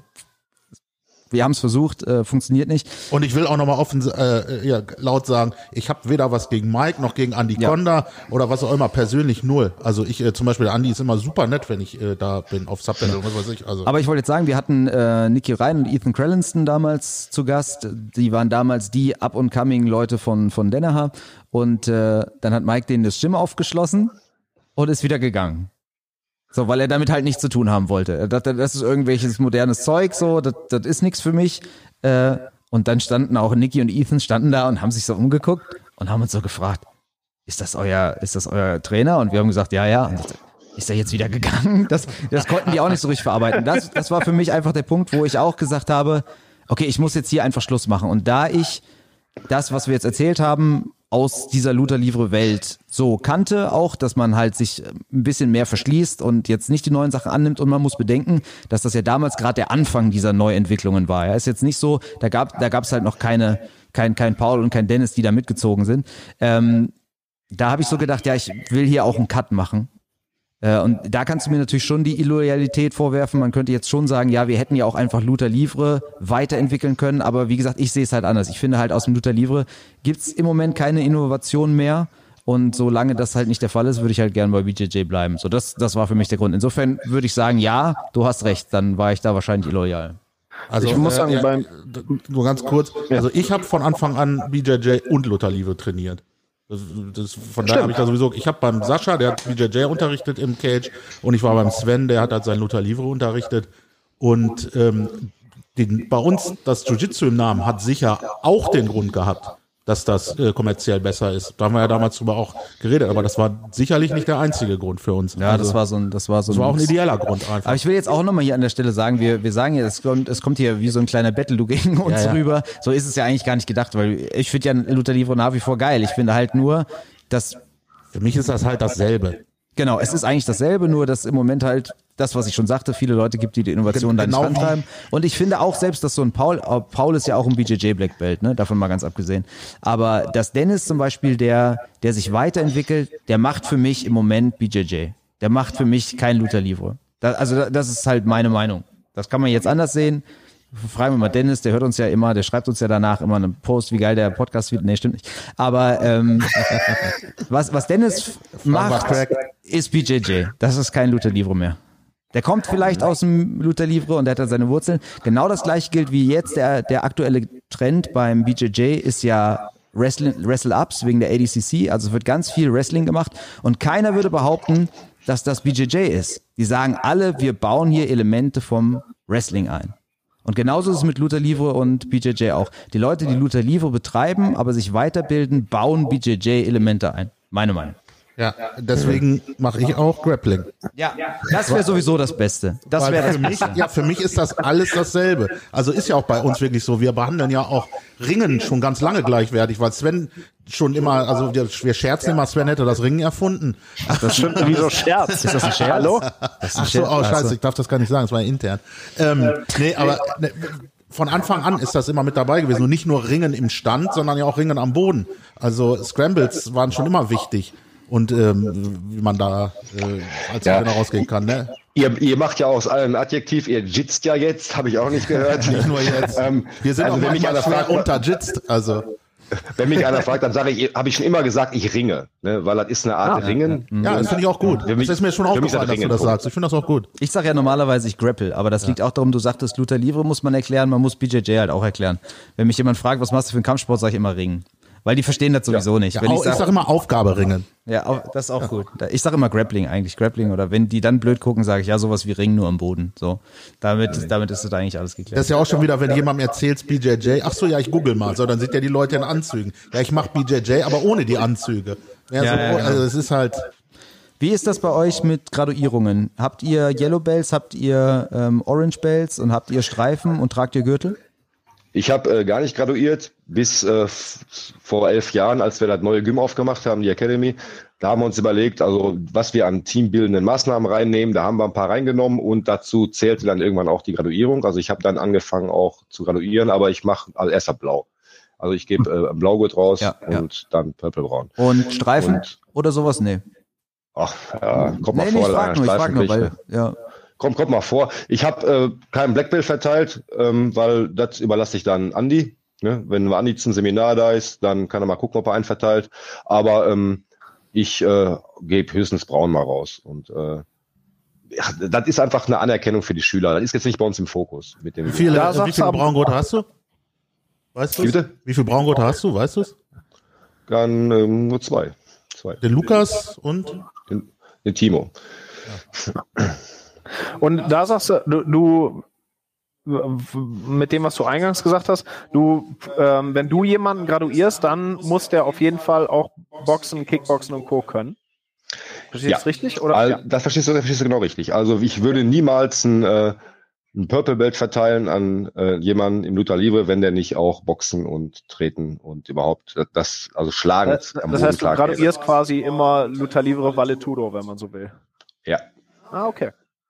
wir haben es versucht, äh, funktioniert nicht. Und ich will auch nochmal offen äh, ja, laut sagen, ich habe weder was gegen Mike noch gegen Andy Ja. Konda oder was auch immer, persönlich null. Also ich äh, zum Beispiel, Andy ist immer super nett, wenn ich äh, da bin auf Subbattle und was weiß ich. Also Aber ich wollte jetzt sagen, wir hatten äh, Nicky Ryan und Ethan Crellinston damals zu Gast. Die waren damals die Up-and-Coming-Leute von, von Danaher. Und äh, dann hat Mike denen das Gym aufgeschlossen und ist wieder gegangen. So, weil er damit halt nichts zu tun haben wollte. Er dachte, das ist irgendwelches modernes Zeug, so, das, das ist nichts für mich. Äh, und dann standen auch Nicky und Ethan standen da und haben sich so umgeguckt und haben uns so gefragt, ist das euer, ist das euer Trainer? Und wir haben gesagt, ja, ja. Und das, ist er jetzt wieder gegangen? Das, das konnten die auch nicht so richtig verarbeiten. Das, das war für mich einfach der Punkt, wo ich auch gesagt habe, okay, ich muss jetzt hier einfach Schluss machen. Und da ich das, was wir jetzt erzählt haben, aus dieser Lucha Livre Welt so kannte, auch, dass man halt sich ein bisschen mehr verschließt und jetzt nicht die neuen Sachen annimmt, und man muss bedenken, dass das ja damals gerade der Anfang dieser Neuentwicklungen war. Ja, ist jetzt nicht so, da gab da gab es halt noch keine kein kein Paul und kein Dennis, die da mitgezogen sind. Ähm, da habe ich so gedacht, ja, ich will hier auch einen Cut machen. Äh, und da kannst du mir natürlich schon die Illoyalität vorwerfen. Man könnte jetzt schon sagen, ja, wir hätten ja auch einfach Lucha Livre weiterentwickeln können, aber wie gesagt, ich sehe es halt anders. Ich finde halt, aus dem Lucha Livre gibt's im Moment keine Innovation mehr, und solange das halt nicht der Fall ist, würde ich halt gerne bei B J J bleiben. So, das, das war für mich der Grund. Insofern würde ich sagen, ja, du hast recht, dann war ich da wahrscheinlich illoyal. Also, Ich muss äh, sagen, ja, beim- nur ganz kurz, also ich habe von Anfang an B J J und Luther Livre trainiert. Das, das, von daher habe ich da sowieso, ich habe beim Sascha, der hat B J J unterrichtet im Cage und ich war beim Sven, der hat halt sein Luther Livre unterrichtet und ähm, den, bei uns das Jiu-Jitsu im Namen hat sicher auch den Grund gehabt, dass das äh, kommerziell besser ist. Da haben wir ja damals drüber auch geredet, aber das war sicherlich nicht der einzige Grund für uns. Ja, also, das war so ein, das war so das war auch ein Mix. ideeller Grund einfach. Aber ich will jetzt auch nochmal hier an der Stelle sagen, wir, wir sagen ja, es kommt, es kommt hier wie so ein kleiner Battle gegen uns Ja, ja. rüber. So ist es ja eigentlich gar nicht gedacht, weil ich finde ja Luther Livre nach wie vor geil. Ich finde halt nur, dass, Für mich ist das halt dasselbe. genau, es ist eigentlich dasselbe, nur dass im Moment halt das, was ich schon sagte, viele Leute gibt, die die Innovation da nicht Genau wie- rantreiben. Und ich finde auch selbst, dass so ein Paul, äh, Paul ist ja auch ein B J J Black Belt, ne, davon mal ganz abgesehen. Aber dass Dennis zum Beispiel, der, der sich weiterentwickelt, der macht für mich im Moment B J J. Der macht für mich kein Luther Livre. Da, also das ist halt meine Meinung. Das kann man jetzt anders sehen. Fragen wir mal Dennis, der hört uns ja immer, der schreibt uns ja danach immer einen Post, wie geil der Podcast wird. Nee, stimmt nicht. Aber ähm, was, was Dennis macht, ist B J J. Das ist kein Luther Livre mehr. Der kommt vielleicht aus dem Luther Livre und der hat da seine Wurzeln. Genau das gleiche gilt wie jetzt. Der, der aktuelle Trend beim B J J ist ja Wrestling, Wrestle-Ups wegen der A D C C. Also es wird ganz viel Wrestling gemacht und keiner würde behaupten, dass das B J J ist. Die sagen alle, wir bauen hier Elemente vom Wrestling ein. Und genauso ist es mit Luther Livre und B J J auch. Die Leute, die Luther Livre betreiben, aber sich weiterbilden, bauen B J J-Elemente ein. Meine Meinung. Ja, deswegen mache ich auch Grappling. Ja, das wäre sowieso das Beste. Das Weil wäre das für mich, Beste. ja, für mich ist das alles dasselbe. Also ist ja auch bei uns wirklich so. Wir behandeln ja auch Ringen schon ganz lange gleichwertig, weil Sven schon immer, also wir, wir scherzen immer, Sven hätte das Ringen erfunden. Ach, das stimmt, wie so Scherz. Ist das ein Scherz? Hallo? Das ist ein Ach so, Scherz. oh Ach so. scheiße, ich darf das gar nicht sagen, das war ja intern. Ähm, nee, aber ne, von Anfang an ist das immer mit dabei gewesen. Und nicht nur Ringen im Stand, sondern ja auch Ringen am Boden. Also Scrambles waren schon immer wichtig. Und ähm, wie man da äh, als Ja. Gewinner rausgehen kann, ne? Ihr, ihr macht ja aus allem ein Adjektiv, ihr jitzt ja jetzt, habe ich auch nicht gehört. Nicht nur jetzt. Ähm, Wir sind also auch wenn mich manchmal einer schwer fragt, unterjitzt, also. wenn mich einer fragt, dann sage ich, habe ich schon immer gesagt, ich ringe, ne? Weil das ist eine Art Ah, Ringen. Ja, das finde ich auch gut. Für mich- Das ist mir schon für mich ist aufgefallen, das dass du das Ringen. sagst. Ich finde das auch gut. Ich sage ja normalerweise, ich grapple, aber das liegt auch darum, du sagtest, Luther Livre muss man erklären, man muss B J J halt auch erklären. Wenn mich jemand fragt, was machst du für einen Kampfsport, sage ich immer Ringen. Weil die verstehen das sowieso nicht. Ja, Wenn au- ich ich sag, sage immer Aufgabe ringen. ja, au- das ist auch gut. Ich sage immer Grappling eigentlich, Grappling. Oder wenn die dann blöd gucken, sage ich ja sowas wie Ringen nur am Boden. So, damit, damit ist das eigentlich alles geklärt. Das ist ja auch schon wieder, wenn jemandem erzählst B J J, ach so, ja, ich google mal. So, dann sind ja die Leute in Anzügen. Ja, ich mache B J J, aber ohne die Anzüge. Ja, Ja, so, ja, genau. also es ist halt, Wie ist das bei euch mit Graduierungen? Habt ihr Yellow Belts, habt ihr ähm, Orange Belts und habt ihr Streifen und tragt ihr Gürtel? Ich habe äh, gar nicht graduiert, bis äh, f- vor elf Jahren, als wir das neue Gym aufgemacht haben, die Academy. Da haben wir uns überlegt, also was wir an teambildenden Maßnahmen reinnehmen, da haben wir ein paar reingenommen und dazu zählte dann irgendwann auch die Graduierung. Also ich habe dann angefangen auch zu graduieren, aber ich mache also erst ab Blau. Also ich gebe äh, Blaugurt raus Ja, ja. und dann Purplebraun. Und Streifen Und- oder sowas? Nee. Ach, ja, kommt mal Nee, nee, vor, ich dass frag einer nur, ich frag Streifen nur, kriegt, weil, ja. Kommt, kommt mal vor. Ich habe äh, keinen Black Belt verteilt, ähm, weil das überlasse ich dann Andi. Ne? Wenn Andi zum Seminar da ist, dann kann er mal gucken, ob er einen verteilt. Aber ähm, ich äh, gebe höchstens Braun mal raus. Und äh, ja, das ist einfach eine Anerkennung für die Schüler. Das ist jetzt nicht bei uns im Fokus. Mit dem wie viele, Da äh, wie sagst viele du aber- Braungurte hast du? Weißt du? Wie bitte? Wie viele Braungurte hast du? Weißt du es? Dann ähm, nur zwei. zwei. Den Lukas und Den, den Timo. Und da sagst du, du, du mit dem, was du eingangs gesagt hast, du, ähm, wenn du jemanden graduierst, dann muss der auf jeden Fall auch Boxen, Kickboxen und Co. können. Verstehst du Ja. das richtig? Oder? Al- Ja. Das verstehst du, das verstehst du genau richtig. Also ich würde niemals ein, äh, ein Purple Belt verteilen an äh, jemanden im Luther Livre, wenn der nicht auch Boxen und Treten und überhaupt das, also Schlagen Das, am das Boden heißt, du klar käme. graduierst quasi immer Luther Livre Valetudo, wenn man so will. Ja. Ah, okay.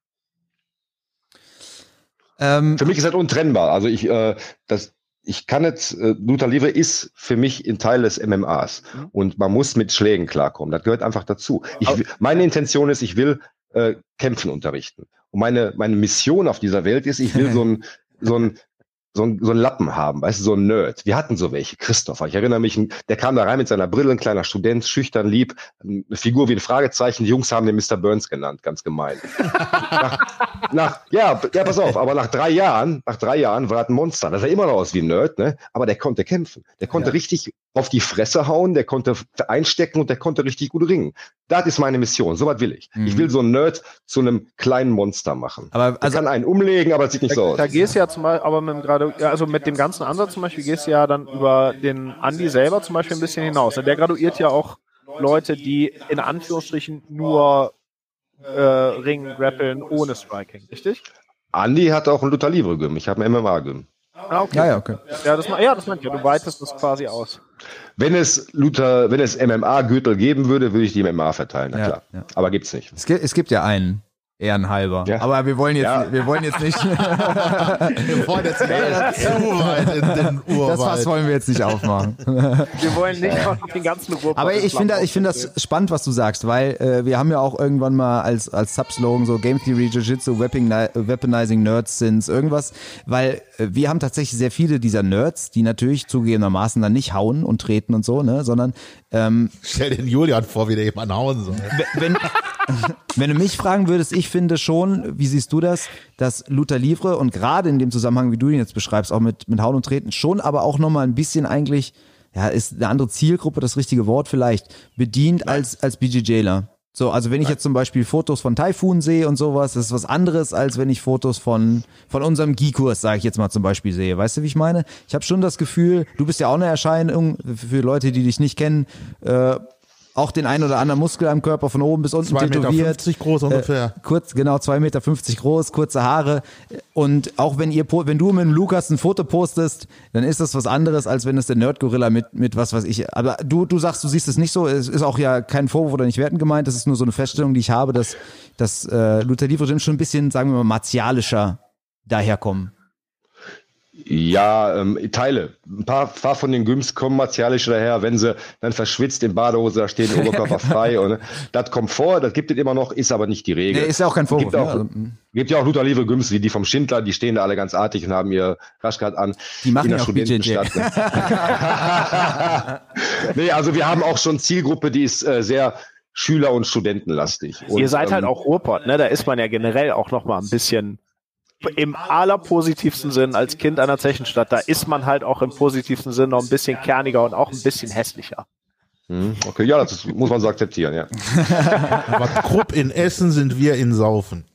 Ähm, Für mich ist das untrennbar. Also ich, äh, das, ich kann jetzt, äh, Luther Livre ist für mich ein Teil des M M As Mhm. und man muss mit Schlägen klarkommen. Das gehört einfach dazu. Ich, Aber- will- meine Intention ist, ich will äh, Kämpfen unterrichten. Und meine, meine Mission auf dieser Welt ist, ich will so ein, so ein so ein, so ein Lappen haben, weißt du, so ein Nerd. Wir hatten so welche, Christopher. Ich erinnere mich, der kam da rein mit seiner Brille, ein kleiner Student, schüchtern, lieb, eine Figur wie ein Fragezeichen. Die Jungs haben den Mister Burns genannt, ganz gemein. nach, nach, ja, ja, pass auf, aber nach drei Jahren, nach drei Jahren war er ein Monster. Das sah immer noch aus wie ein Nerd, ne? Aber der konnte kämpfen. Der konnte ja. richtig auf die Fresse hauen, der konnte einstecken und der konnte richtig gut ringen. Das ist meine Mission, so was will ich. Mhm. Ich will so einen Nerd zu einem kleinen Monster machen. Aber also, der kann einen umlegen, aber es sieht nicht da, so aus. Da gehst du ja zum Beispiel, aber mit dem gerade, also mit dem ganzen Ansatz zum Beispiel gehst du ja dann über den Andi selber zum Beispiel ein bisschen hinaus. Der graduiert ja auch Leute, die in Anführungsstrichen nur äh, ringen, grappeln ohne Striking, richtig? Andi hat auch ein Luther Livre Gym, ich habe ein M M A Gym. Ah, okay. Ja, ja, okay. Ja, das, ja, das meint ja, du weitest das quasi aus. Wenn es Luther, wenn es M M A-Gürtel geben würde, würde ich die M M A verteilen, na ja, klar. Ja. Aber gibt's nicht. Es gibt, es gibt ja einen. Ehrenhalber. Ja. Aber wir wollen jetzt, ja. wir wollen jetzt nicht. wir wollen jetzt nicht zu weit in den Urwald. Das Fass wollen wir jetzt nicht aufmachen. Wir wollen nicht auf den ganzen Ruhrpott. Aber ich finde, ich finde das spannend, was du sagst, weil äh, wir haben ja auch irgendwann mal als als Subslogan so Game Theory, Jiu-Jitsu, Weaponizing Nerds Sins irgendwas, weil äh, wir haben tatsächlich sehr viele dieser Nerds, die natürlich zugegebenermaßen dann nicht hauen und treten und so, ne, sondern ähm, stell den Julian vor, wie der jemanden hauen soll. Wenn, wenn du mich fragen würdest, ich finde schon, wie siehst du das, dass Luther Livre und gerade in dem Zusammenhang, wie du ihn jetzt beschreibst, auch mit, mit Hauen und Treten, schon aber auch nochmal ein bisschen eigentlich, ja, ist eine andere Zielgruppe das richtige Wort vielleicht, bedient als, als B J Jler. So, also wenn ich jetzt zum Beispiel Fotos von Typhoon sehe und sowas, das ist was anderes, als wenn ich Fotos von, von unserem G-Kurs, sage ich jetzt mal zum Beispiel, sehe. Weißt du, wie ich meine? Ich habe schon das Gefühl, du bist ja auch eine Erscheinung, für Leute, die dich nicht kennen, äh, auch den einen oder anderen Muskel am Körper von oben bis unten tätowiert. zwei Meter fünfzig groß ungefähr. Äh, kurz, genau, zwei Meter fünfzig groß, kurze Haare. Und auch wenn ihr, wenn du mit dem Lukas ein Foto postest, dann ist das was anderes, als wenn es der Nerd-Gorilla mit, mit was weiß ich. Aber du, du sagst, du siehst es nicht so. Es ist auch ja kein Vorwurf oder nicht wertend gemeint. Das ist nur so eine Feststellung, die ich habe, dass, dass äh, Luther Livre Gym schon ein bisschen, sagen wir mal, martialischer daherkommen. Ja, ähm, Teile. Ein paar, paar von den Gyms kommen martialisch daher, wenn sie dann verschwitzt in Badehose da stehen, Oberkörper frei. Und das kommt vor, das gibt es immer noch, ist aber nicht die Regel. Nee, ist ja auch kein Vorwurf. Gibt, auch, ne? gibt ja auch Luther Livre Gyms, wie die vom Schindler, die stehen da alle ganz artig und haben ihr Raschkat an. Die machen ja auch B J J. Nee, also wir haben auch schon Zielgruppe, die ist äh, sehr Schüler- und Studentenlastig. Und, ihr seid ähm, halt auch Ruhrpott, ne? Da ist man ja generell auch noch mal ein bisschen im allerpositivsten Sinn als Kind einer Zechenstadt, da ist man halt auch im positivsten Sinn noch ein bisschen kerniger und auch ein bisschen hässlicher. Okay, ja, das muss man so akzeptieren, ja. Aber Krupp in Essen sind wir in Saufen.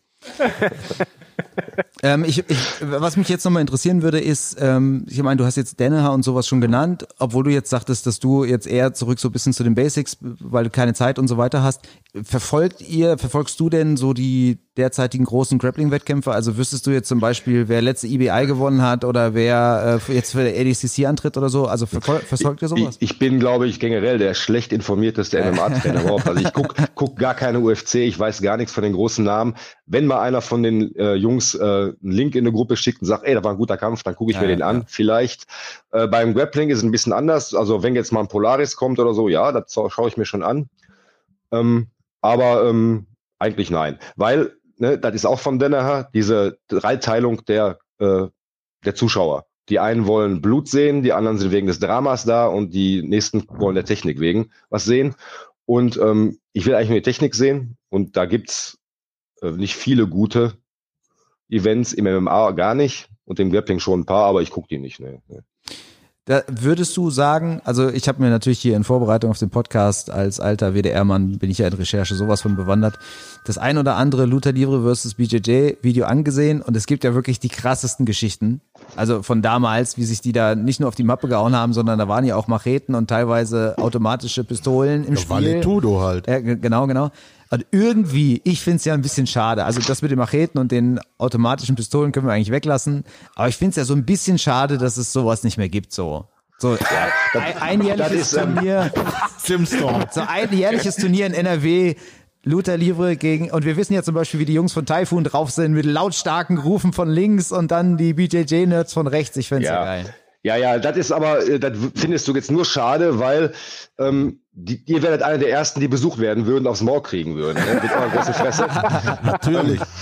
ähm, ich, ich, was mich jetzt nochmal interessieren würde, ist, ähm, ich meine, du hast jetzt Danaher und sowas schon genannt, obwohl du jetzt sagtest, dass du jetzt eher zurück so ein bisschen zu den Basics, weil du keine Zeit und so weiter hast. Verfolgt ihr, verfolgst du denn so die derzeitigen großen Grappling-Wettkämpfe? Also wüsstest du jetzt zum Beispiel, wer letzte I B I gewonnen hat oder wer äh, jetzt für der A D C C antritt oder so? Also verfol- verfolgt ihr sowas? Ich, ich bin, glaube ich, generell der schlecht informierteste M M A-Trainer überhaupt. Also ich guck, guck gar keine U F C, ich weiß gar nichts von den großen Namen. Wenn mal einer von den äh, Jungs äh, einen Link in eine Gruppe schickt und sagt, ey, da war ein guter Kampf, dann gucke ich ja, mir den ja. an, vielleicht. Äh, beim Grappling ist es ein bisschen anders. Also wenn jetzt mal ein Polaris kommt oder so, ja, das schaue ich mir schon an. Ähm, aber ähm, eigentlich nein. Weil, ne, das ist auch von Danaher, diese Dreiteilung der, äh, der Zuschauer. Die einen wollen Blut sehen, die anderen sind wegen des Dramas da und die nächsten wollen der Technik wegen was sehen. Und ähm, ich will eigentlich nur die Technik sehen und da gibt's äh, nicht viele gute Events, im M M A gar nicht und im Grappling schon ein paar, aber ich gucke die nicht. Ne, ne. Da würdest du sagen, also ich habe mir natürlich hier in Vorbereitung auf den Podcast als alter W D R-Mann, bin ich ja in Recherche sowas von bewandert, das ein oder andere Luther Livre versus B J J Video angesehen und es gibt ja wirklich die krassesten Geschichten, also von damals, wie sich die da nicht nur auf die Mappe gehauen haben, sondern da waren ja auch Macheten und teilweise automatische Pistolen im ja, Spiel. Valetudo halt. Ja, genau, genau. Und irgendwie, ich find's ja ein bisschen schade. Also das mit den Macheten und den automatischen Pistolen können wir eigentlich weglassen. Aber ich find's ja so ein bisschen schade, dass es sowas nicht mehr gibt. So, so ja, ein, ein jährliches Turnier, so ein jährliches Turnier in N R W. Luther Livre gegen, und wir wissen ja zum Beispiel, wie die Jungs von Typhoon drauf sind, mit lautstarken Rufen von links und dann die B J J-Nerds von rechts. Ich find's ja, ja geil. Ja, ja, das ist aber, das findest du jetzt nur schade, weil ähm, die, ihr werdet einer der ersten, die besucht werden würden, aufs Maul kriegen würden. Ne? Mit eurer großen Fresse. Natürlich.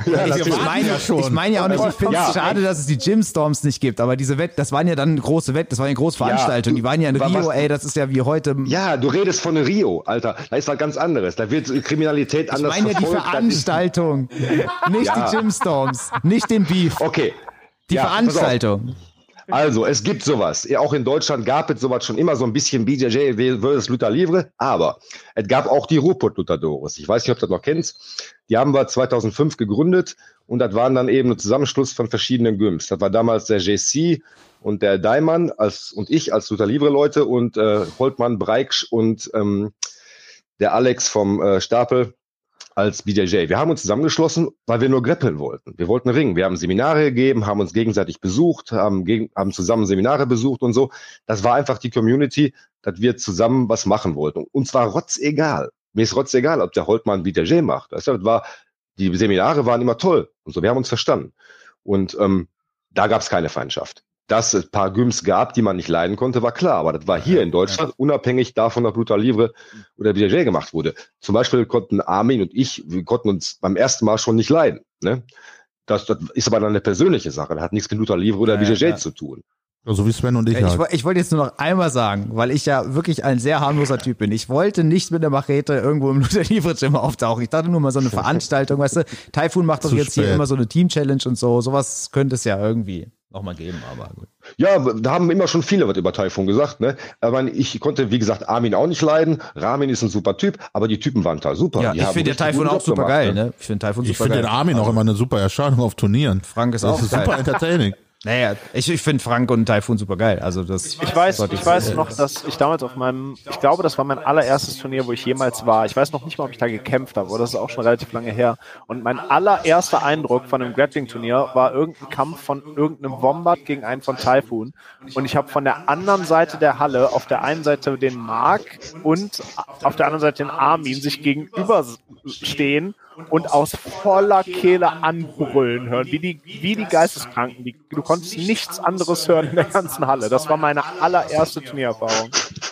Ja, ich natürlich. meine ja, ich meine ja auch nicht, ich finde es Ja. schade, dass es die Gym-Storms nicht gibt, aber diese Wett, das waren ja dann große Wett, das waren ja große Veranstaltungen, die waren ja in wa- Rio, was- ey, das ist ja wie heute. Ja, du redest von Rio, Alter. Da ist was ganz anderes. Da wird Kriminalität Ich anders meine ja die verfolgt. Das ist- Veranstaltung, nicht Ja. die Gym-Storms, nicht den Beef, Okay. die Ja, pass auf. Veranstaltung. Also, es gibt sowas. Ja, auch in Deutschland gab es sowas schon immer, so ein bisschen B J J versus Luta Livre, aber es gab auch die Ruhrpott Lutadores. Ich weiß nicht, ob du das noch kennst. Die haben wir zweitausendfünf gegründet und das waren dann eben ein Zusammenschluss von verschiedenen Gyms. Das war damals der J C und der Daimann als, und ich als Luta Livre Leute und äh, Holtmann, Breiksch und ähm, der Alex vom äh, Stapel als B J J. Wir haben uns zusammengeschlossen, weil wir nur grappeln wollten. Wir wollten ringen. Wir haben Seminare gegeben, haben uns gegenseitig besucht, haben, gegen, haben zusammen Seminare besucht und so. Das war einfach die Community, dass wir zusammen was machen wollten. Und zwar rotzegal. Mir ist rotzegal, ob der Holtmann B J J macht. Das war, die Seminare waren immer toll und so. Wir haben uns verstanden. Und ähm, da gab es keine Feindschaft. Dass es ein paar Gyms gab, die man nicht leiden konnte, war klar. Aber das war hier in Deutschland unabhängig davon, ob Luta Livre oder B J J gemacht wurde. Zum Beispiel konnten Armin und ich, wir konnten uns beim ersten Mal schon nicht leiden. Ne? Das, das ist aber dann eine persönliche Sache. Das hat nichts mit Luta Livre oder Ja, B J J ja. zu tun. So wie Sven und ich Ich, halt. wo- ich wollte jetzt nur noch einmal sagen, weil ich ja wirklich ein sehr harmloser Typ bin. Ich wollte nicht mit der Machete irgendwo im Luther Livre Gym auftauchen. Ich dachte nur mal so eine Veranstaltung, weißt du. Typhoon macht doch Zu jetzt hier spät. immer so eine Team-Challenge und so. Sowas könnte es ja irgendwie noch mal geben, aber gut. Ja, da haben immer schon viele was über Taifun gesagt. Ne? Aber ich konnte, wie gesagt, Armin auch nicht leiden. Ramin ist ein super Typ, aber die Typen waren total super. Ja, Die ich haben finde der richtig Typhoon guten auch Job super gemacht, geil, ne? Ich finde Typhoon Ich super finde geil. den Armin auch immer eine super Erscheinung auf Turnieren. Frank ist Das auch ist geil. super entertaining. Naja, ich, ich finde Frank und Typhoon super geil. Also das, Ich weiß, sollte ich weiß äh, noch, dass ich damals auf meinem, ich glaube, das war mein allererstes Turnier, wo ich jemals war. Ich weiß noch nicht mal, ob ich da gekämpft habe, aber das ist auch schon relativ lange her. Und mein allererster Eindruck von einem Grappling-Turnier war irgendein Kampf von irgendeinem Wombat gegen einen von Typhoon. Und ich habe von der anderen Seite der Halle, auf der einen Seite den Mark und auf der anderen Seite den Armin sich gegenüberstehen und aus voller Kehle anbrüllen hören, wie die, wie die Geisteskranken. Die, du konntest nichts anderes hören in der ganzen Halle. Das war meine allererste Turniererfahrung.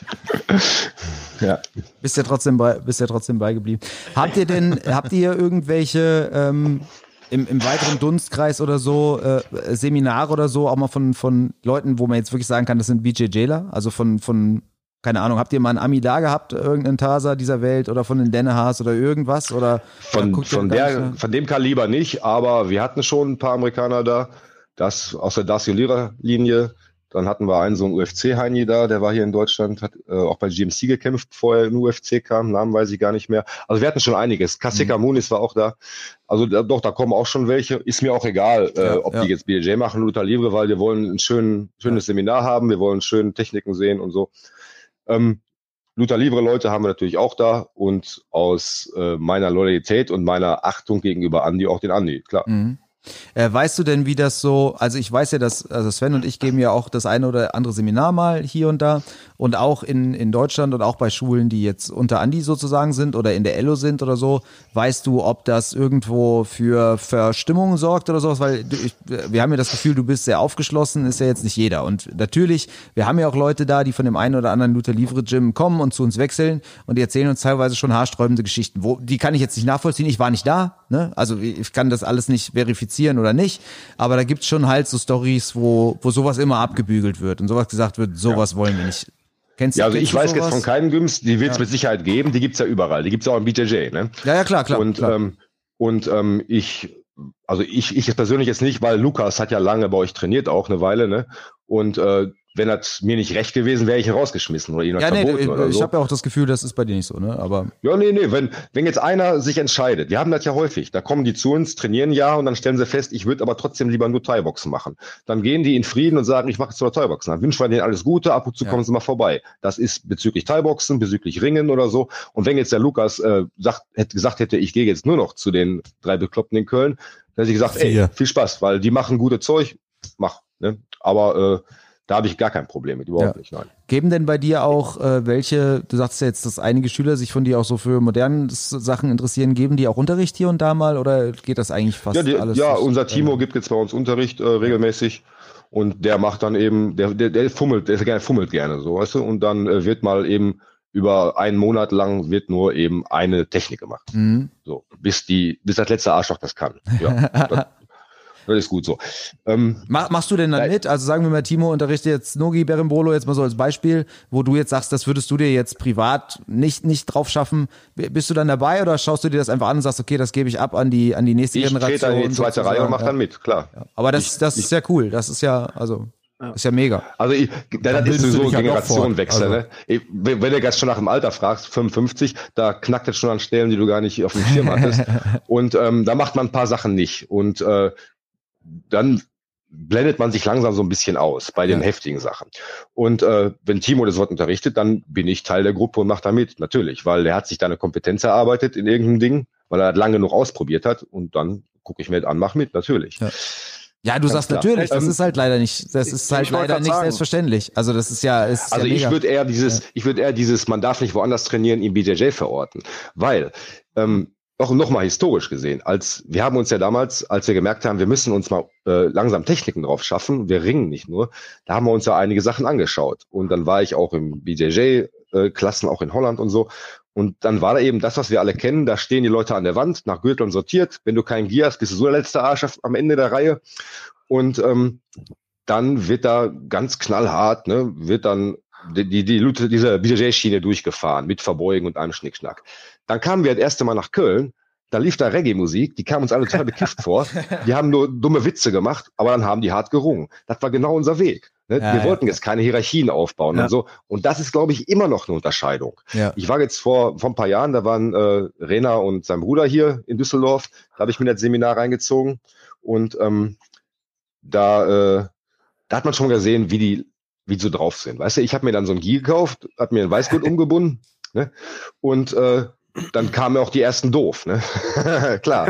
Ja. bist ja trotzdem bei, bist ja trotzdem beigeblieben. Habt ihr denn, habt ihr irgendwelche ähm, im, im weiteren Dunstkreis oder so äh, Seminare oder so auch mal von von Leuten, wo man jetzt wirklich sagen kann, das sind B J Jler, also von von keine Ahnung, habt ihr mal einen Ami da gehabt, irgendeinen Tasa dieser Welt oder von den Dennehaas oder irgendwas? Oder, oder Von, guckt ihr von, gar der, nicht, ne? von dem Kaliber nicht, aber wir hatten schon ein paar Amerikaner da, das aus der Darcy-Lira-Linie. Dann hatten wir einen so einen U F C-Heini da, der war hier in Deutschland, hat äh, auch bei G M C gekämpft, bevor er in U F C kam, Namen weiß ich gar nicht mehr. Also wir hatten schon einiges. Kaseka Mhm. Muniz war auch da. Also da, doch, da kommen auch schon welche. Ist mir auch egal, äh, Ja, ob ja. die jetzt B J J machen, Luta Livre, weil wir wollen ein schön, schönes Seminar haben, wir wollen schöne Techniken sehen und so. Ähm, Luta Livre Leute haben wir natürlich auch da und aus äh, meiner Loyalität und meiner Achtung gegenüber Andi auch den Andi, klar. Mhm. Äh, weißt du denn, wie das so, also ich weiß ja, dass, also Sven und ich geben ja auch das eine oder andere Seminar mal hier und da und auch in, in Deutschland und auch bei Schulen, die jetzt unter Andi sozusagen sind oder in der Ello sind oder so, weißt du, ob das irgendwo für Verstimmung sorgt oder sowas, weil du, ich, wir haben ja das Gefühl, du bist sehr aufgeschlossen, ist ja jetzt nicht jeder und natürlich, wir haben ja auch Leute da, die von dem einen oder anderen Luta Livre Gym kommen und zu uns wechseln und die erzählen uns teilweise schon haarsträubende Geschichten, wo, die kann ich jetzt nicht nachvollziehen, ich war nicht da, ne, also ich kann das alles nicht verifizieren oder nicht, aber da gibt's schon halt so Stories, wo wo sowas immer abgebügelt wird und sowas gesagt wird, sowas wollen wir nicht. Kennst du Ja, also kennst ich du weiß sowas? jetzt von keinen Gyms, die wird es mit Sicherheit geben, die gibt's ja überall, die gibt's ja auch im B J J, ne? Ja, ja, klar, klar. Und, klar. ähm, und ähm, ich, also ich, ich jetzt persönlich jetzt nicht, weil Lukas hat ja lange bei euch trainiert, auch eine Weile, ne? Und äh, wenn das mir nicht recht gewesen, wäre ich ihn rausgeschmissen oder ihn ja, nee, verboten oder ich so. habe ja auch das Gefühl, das ist bei dir nicht so, ne? Aber Ja, nee, nee, wenn, wenn jetzt einer sich entscheidet, wir haben das ja häufig, da kommen die zu uns, trainieren ja und dann stellen sie fest, ich würde aber trotzdem lieber nur Thai-Boxen machen. Dann gehen die in Frieden und sagen, ich mache jetzt nur Thai-Boxen. Dann wünschen wir denen alles Gute, ab und zu Ja. kommen sie mal vorbei. Das ist bezüglich Thai-Boxen, bezüglich Ringen oder so. Und wenn jetzt der Lukas äh, sagt, hätte gesagt hätte, ich gehe jetzt nur noch zu den drei Bekloppten in Köln, dann hätte ich gesagt, ey, Vier. viel Spaß, weil die machen gute Zeug, mach. Ne? Aber äh, da habe ich gar kein Problem mit, überhaupt Ja. nicht, nein. geben denn bei dir auch äh, welche, du sagst ja jetzt, dass einige Schüler sich von dir auch so für moderne Sachen interessieren, geben die auch Unterricht hier und da mal oder geht das eigentlich fast Ja, die, alles? ja durch- unser Timo gibt jetzt bei uns Unterricht äh, regelmäßig und der macht dann eben, der, der, der fummelt, der gerne fummelt gerne, so, weißt du, und dann äh, wird mal eben über einen Monat lang wird nur eben eine Technik gemacht. Mhm. So, bis die, bis das letzte Arschloch das kann. Ja, das, das ist gut so. Ähm, Mach, machst du denn dann mit? Also sagen wir mal, Timo unterrichtet jetzt Nogi Berimbolo jetzt mal so als Beispiel, wo du jetzt sagst, das würdest du dir jetzt privat nicht, nicht drauf schaffen. Bist du dann dabei oder schaust du dir das einfach an und sagst, okay, das gebe ich ab an die, an die nächste ich Generation? Ich trete in die zweite sozusagen. Reihe und mach ja. dann mit, klar. Ja. Aber das, ich, das ich, ist ja cool. Das ist ja, also, ist ja mega. Also ich, das ist sowieso ein Generationenwechsel. Also. Ne? Ich, wenn du jetzt schon nach dem Alter fragst, fünfundfünfzig, da knackt es schon an Stellen, die du gar nicht auf dem Schirm hattest. Und ähm, da macht man ein paar Sachen nicht. Und äh, dann blendet man sich langsam so ein bisschen aus bei den ja. heftigen Sachen. Und äh, wenn Timo das Wort unterrichtet, dann bin ich Teil der Gruppe und mache da mit, natürlich, weil der hat sich da eine Kompetenz erarbeitet in irgendeinem Ding, weil er das lange genug ausprobiert hat und dann gucke ich mir das an, mach mit, natürlich. Ja. Ja, du Ganz sagst klar. natürlich, das ähm, ist halt leider nicht, das ist halt leider nicht sagen. selbstverständlich. Also das ist ja, ist also ja ich würde eher dieses, ja. ich würde eher dieses, man darf nicht woanders trainieren, im B J J verorten, weil ähm, auch noch mal historisch gesehen, als wir haben uns ja damals, als wir gemerkt haben, wir müssen uns mal äh, langsam Techniken drauf schaffen, wir ringen nicht nur, da haben wir uns ja einige Sachen angeschaut und dann war ich auch im B J J äh, Klassen, auch in Holland und so. Und dann war da eben das, was wir alle kennen, da stehen die Leute an der Wand, nach Gürteln sortiert. Wenn du keinen Gier hast, bist du so der letzte Arsch am Ende der Reihe. Und ähm, dann wird da ganz knallhart, ne, wird dann die, die, die diese B J J-Schiene durchgefahren, mit Verbeugen und einem Schnickschnack. Dann kamen wir das erste Mal nach Köln, da lief da Reggae-Musik, die kam uns alle total bekifft vor. Die haben nur dumme Witze gemacht, aber dann haben die hart gerungen. Das war genau unser Weg. Ne? Ja, wir ja. wollten jetzt keine Hierarchien aufbauen ja. und so. Und das ist, glaube ich, immer noch eine Unterscheidung. Ja. Ich war jetzt vor, vor ein paar Jahren, da waren äh, Rena und sein Bruder hier in Düsseldorf, da habe ich mir das Seminar reingezogen. Und ähm, da, äh, da hat man schon gesehen, wie die, wie die so drauf sind. Weißt du, ich habe mir dann so ein Gi gekauft, habe mir ein Weißgurt umgebunden, ne? Und äh, dann kamen auch die ersten doof, ne? Klar.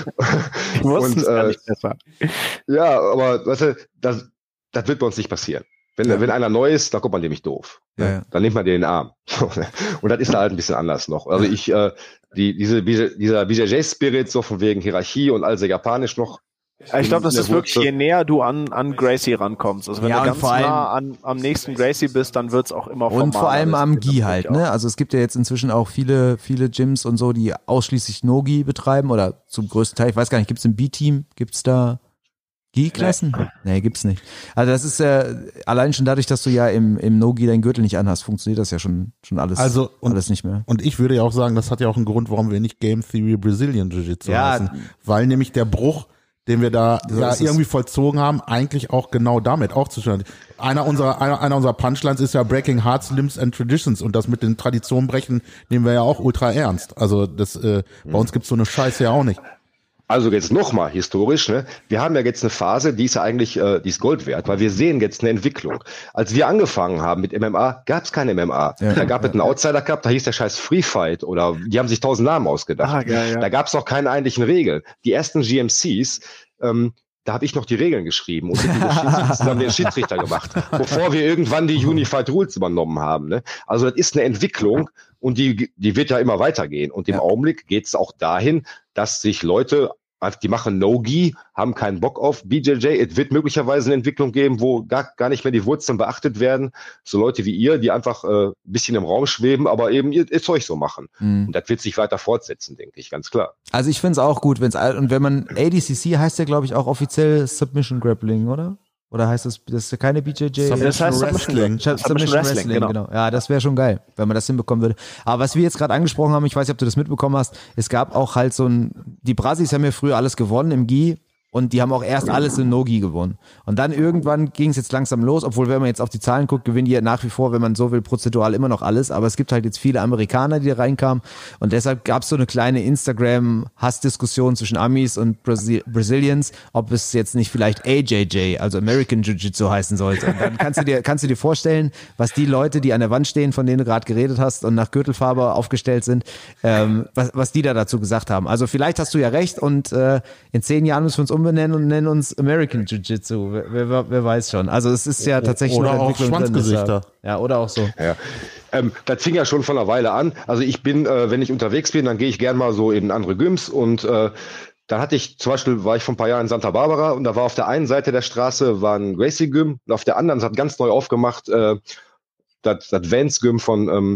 Und, äh, gar nicht besser. Ja, aber weißt du, das, das wird bei uns nicht passieren. Wenn, ja. wenn einer neu ist, dann kommt man nämlich doof. Ja, ja. Dann nimmt man den in den Arm. Und das ist da halt ein bisschen anders noch. Also ich, äh, die, diese, dieser B J J-Spirit, so von wegen Hierarchie und all sehr japanisch noch. Ich glaube, das ist wirklich, je näher du an, an Gracie rankommst. Also wenn ja, du ganz allem, nah an, am nächsten Gracie bist, dann wird's auch immer formaler. Und vor allem am Gi halt, ne? Also es gibt ja jetzt inzwischen auch viele, viele Gyms und so, die ausschließlich No-Gi betreiben oder zum größten Teil, ich weiß gar nicht, gibt's im B-Team, gibt's da Gi-Klassen? Nee. nee, gibt's nicht. Also das ist ja, äh, allein schon dadurch, dass du ja im, im No-Gi deinen Gürtel nicht anhast, funktioniert das ja schon, schon alles, also, und, alles nicht mehr. Und ich würde ja auch sagen, das hat ja auch einen Grund, warum wir nicht Game Theory Brazilian Jiu-Jitsu ja, heißen. Weil nämlich der Bruch, den wir da so ja irgendwie vollzogen haben, eigentlich auch genau damit aufzuschneiden. Einer unserer, einer, einer unserer Punchlines ist ja Breaking Hearts, Limbs and Traditions und das mit den Traditionen brechen nehmen wir ja auch ultra ernst. Also das, äh, mhm. bei uns gibt's so eine Scheiße ja auch nicht. Also jetzt nochmal historisch, ne? Wir haben ja jetzt eine Phase, die ist ja eigentlich, äh, die ist Gold wert, weil wir sehen jetzt eine Entwicklung. Als wir angefangen haben mit M M A, gab's kein M M A. Ja, da gab es ja. einen Outsider Cup, da hieß der scheiß Free Fight oder die haben sich tausend Namen ausgedacht. Ah, ja, ja. Da gab's noch keine eigentlichen Regeln. Die ersten G M Cs, ähm, da habe ich noch die Regeln geschrieben und zusammen haben wir den Schiedsrichter gemacht, bevor wir irgendwann die Unified Rules übernommen haben. Ne? Also das ist eine Entwicklung und die, die wird ja immer weitergehen. Und im ja. Augenblick geht es auch dahin, dass sich Leute, die machen No-Gi, haben keinen Bock auf B J J. Es wird möglicherweise eine Entwicklung geben, wo gar, gar nicht mehr die Wurzeln beachtet werden. So Leute wie ihr, die einfach äh, ein bisschen im Raum schweben, aber eben ihr, ihr Zeug so machen. Mhm. Und das wird sich weiter fortsetzen, denke ich, ganz klar. Also ich finde es auch gut, wenn es und wenn man A D C C heißt ja, glaube ich, auch offiziell Submission Grappling, oder? Oder heißt das, das ist ja keine B J J? Das heißt Submission, Submission, Submission Wrestling, Wrestling genau. genau. Ja, das wäre schon geil, wenn man das hinbekommen würde. Aber was wir jetzt gerade angesprochen haben, ich weiß nicht, ob du das mitbekommen hast, es gab auch halt so ein, die Brasis haben ja früher alles gewonnen im Gi. Und die haben auch erst alles in No-Gi gewonnen. Und dann irgendwann ging es jetzt langsam los, obwohl wenn man jetzt auf die Zahlen guckt, gewinnen die nach wie vor, wenn man so will, prozentual immer noch alles. Aber es gibt halt jetzt viele Amerikaner, die da reinkamen. Und deshalb gab es so eine kleine Instagram-Hassdiskussion zwischen Amis und Brasil- Brazilians, ob es jetzt nicht vielleicht A J J, also American Jiu-Jitsu heißen sollte. Und dann kannst du dir, kannst du dir vorstellen, was die Leute, die an der Wand stehen, von denen du gerade geredet hast und nach Gürtelfarbe aufgestellt sind, ähm, was, was die da dazu gesagt haben. Also vielleicht hast du ja recht und äh, in zehn Jahren müssen wir uns umbenennen und nennen uns American Jiu-Jitsu. Wer, wer, wer weiß schon. Also es ist ja tatsächlich oder noch auch Entwicklung Schwanzgesichter. Drin, ja, oder auch so. Ja. Ähm, das fing ja schon von einer Weile an. Also ich bin, äh, wenn ich unterwegs bin, dann gehe ich gern mal so in andere Gyms und äh, dann hatte ich, zum Beispiel war ich vor ein paar Jahren in Santa Barbara und da war auf der einen Seite der Straße war ein Gracie-Gym und auf der anderen, das hat ganz neu aufgemacht, äh, das, das Vans-Gym von, ähm,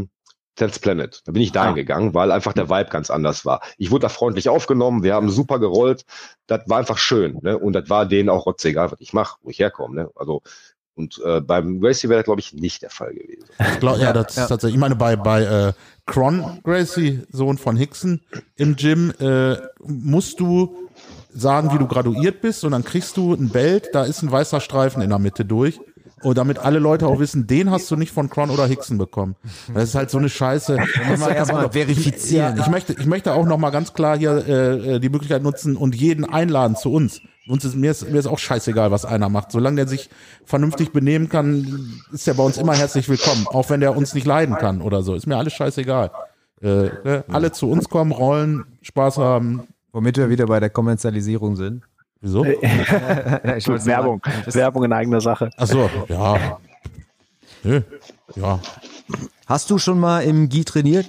Tenth Planet. Da bin ich dahin Ah. gegangen, weil einfach der Vibe ganz anders war. Ich wurde da freundlich aufgenommen, wir haben super gerollt. Das war einfach schön, ne? Und das war denen auch rotzegal, was ich mache, wo ich herkomme, ne? Also, und äh, beim Gracie wäre das, glaube ich, nicht der Fall gewesen. Ich glaube, ja, das ist tatsächlich, ich meine, bei, bei äh, Cron Gracie, Sohn von Hickson, im Gym, äh, musst du sagen, wie du graduiert bist, und dann kriegst du ein Belt, da ist ein weißer Streifen in der Mitte durch. Und damit alle Leute auch wissen, den hast du nicht von Cron oder Hickson bekommen. Das ist halt so eine Scheiße. musst du erst mal verifizieren. Ja, ich möchte, ich möchte auch noch mal ganz klar hier äh, die Möglichkeit nutzen und jeden einladen zu uns. Uns ist, mir, ist, mir ist auch scheißegal, was einer macht. Solange der sich vernünftig benehmen kann, ist er bei uns immer herzlich willkommen. Auch wenn der uns nicht leiden kann oder so. Ist mir alles scheißegal. Äh, äh, alle zu uns kommen, rollen, Spaß haben. Womit wir wieder bei der Kommerzialisierung sind. Wieso? Ja, ich Gut, Werbung. Werbung in eigener Sache. Ach so, ja. Nö, ja. Hast du schon mal im G I trainiert?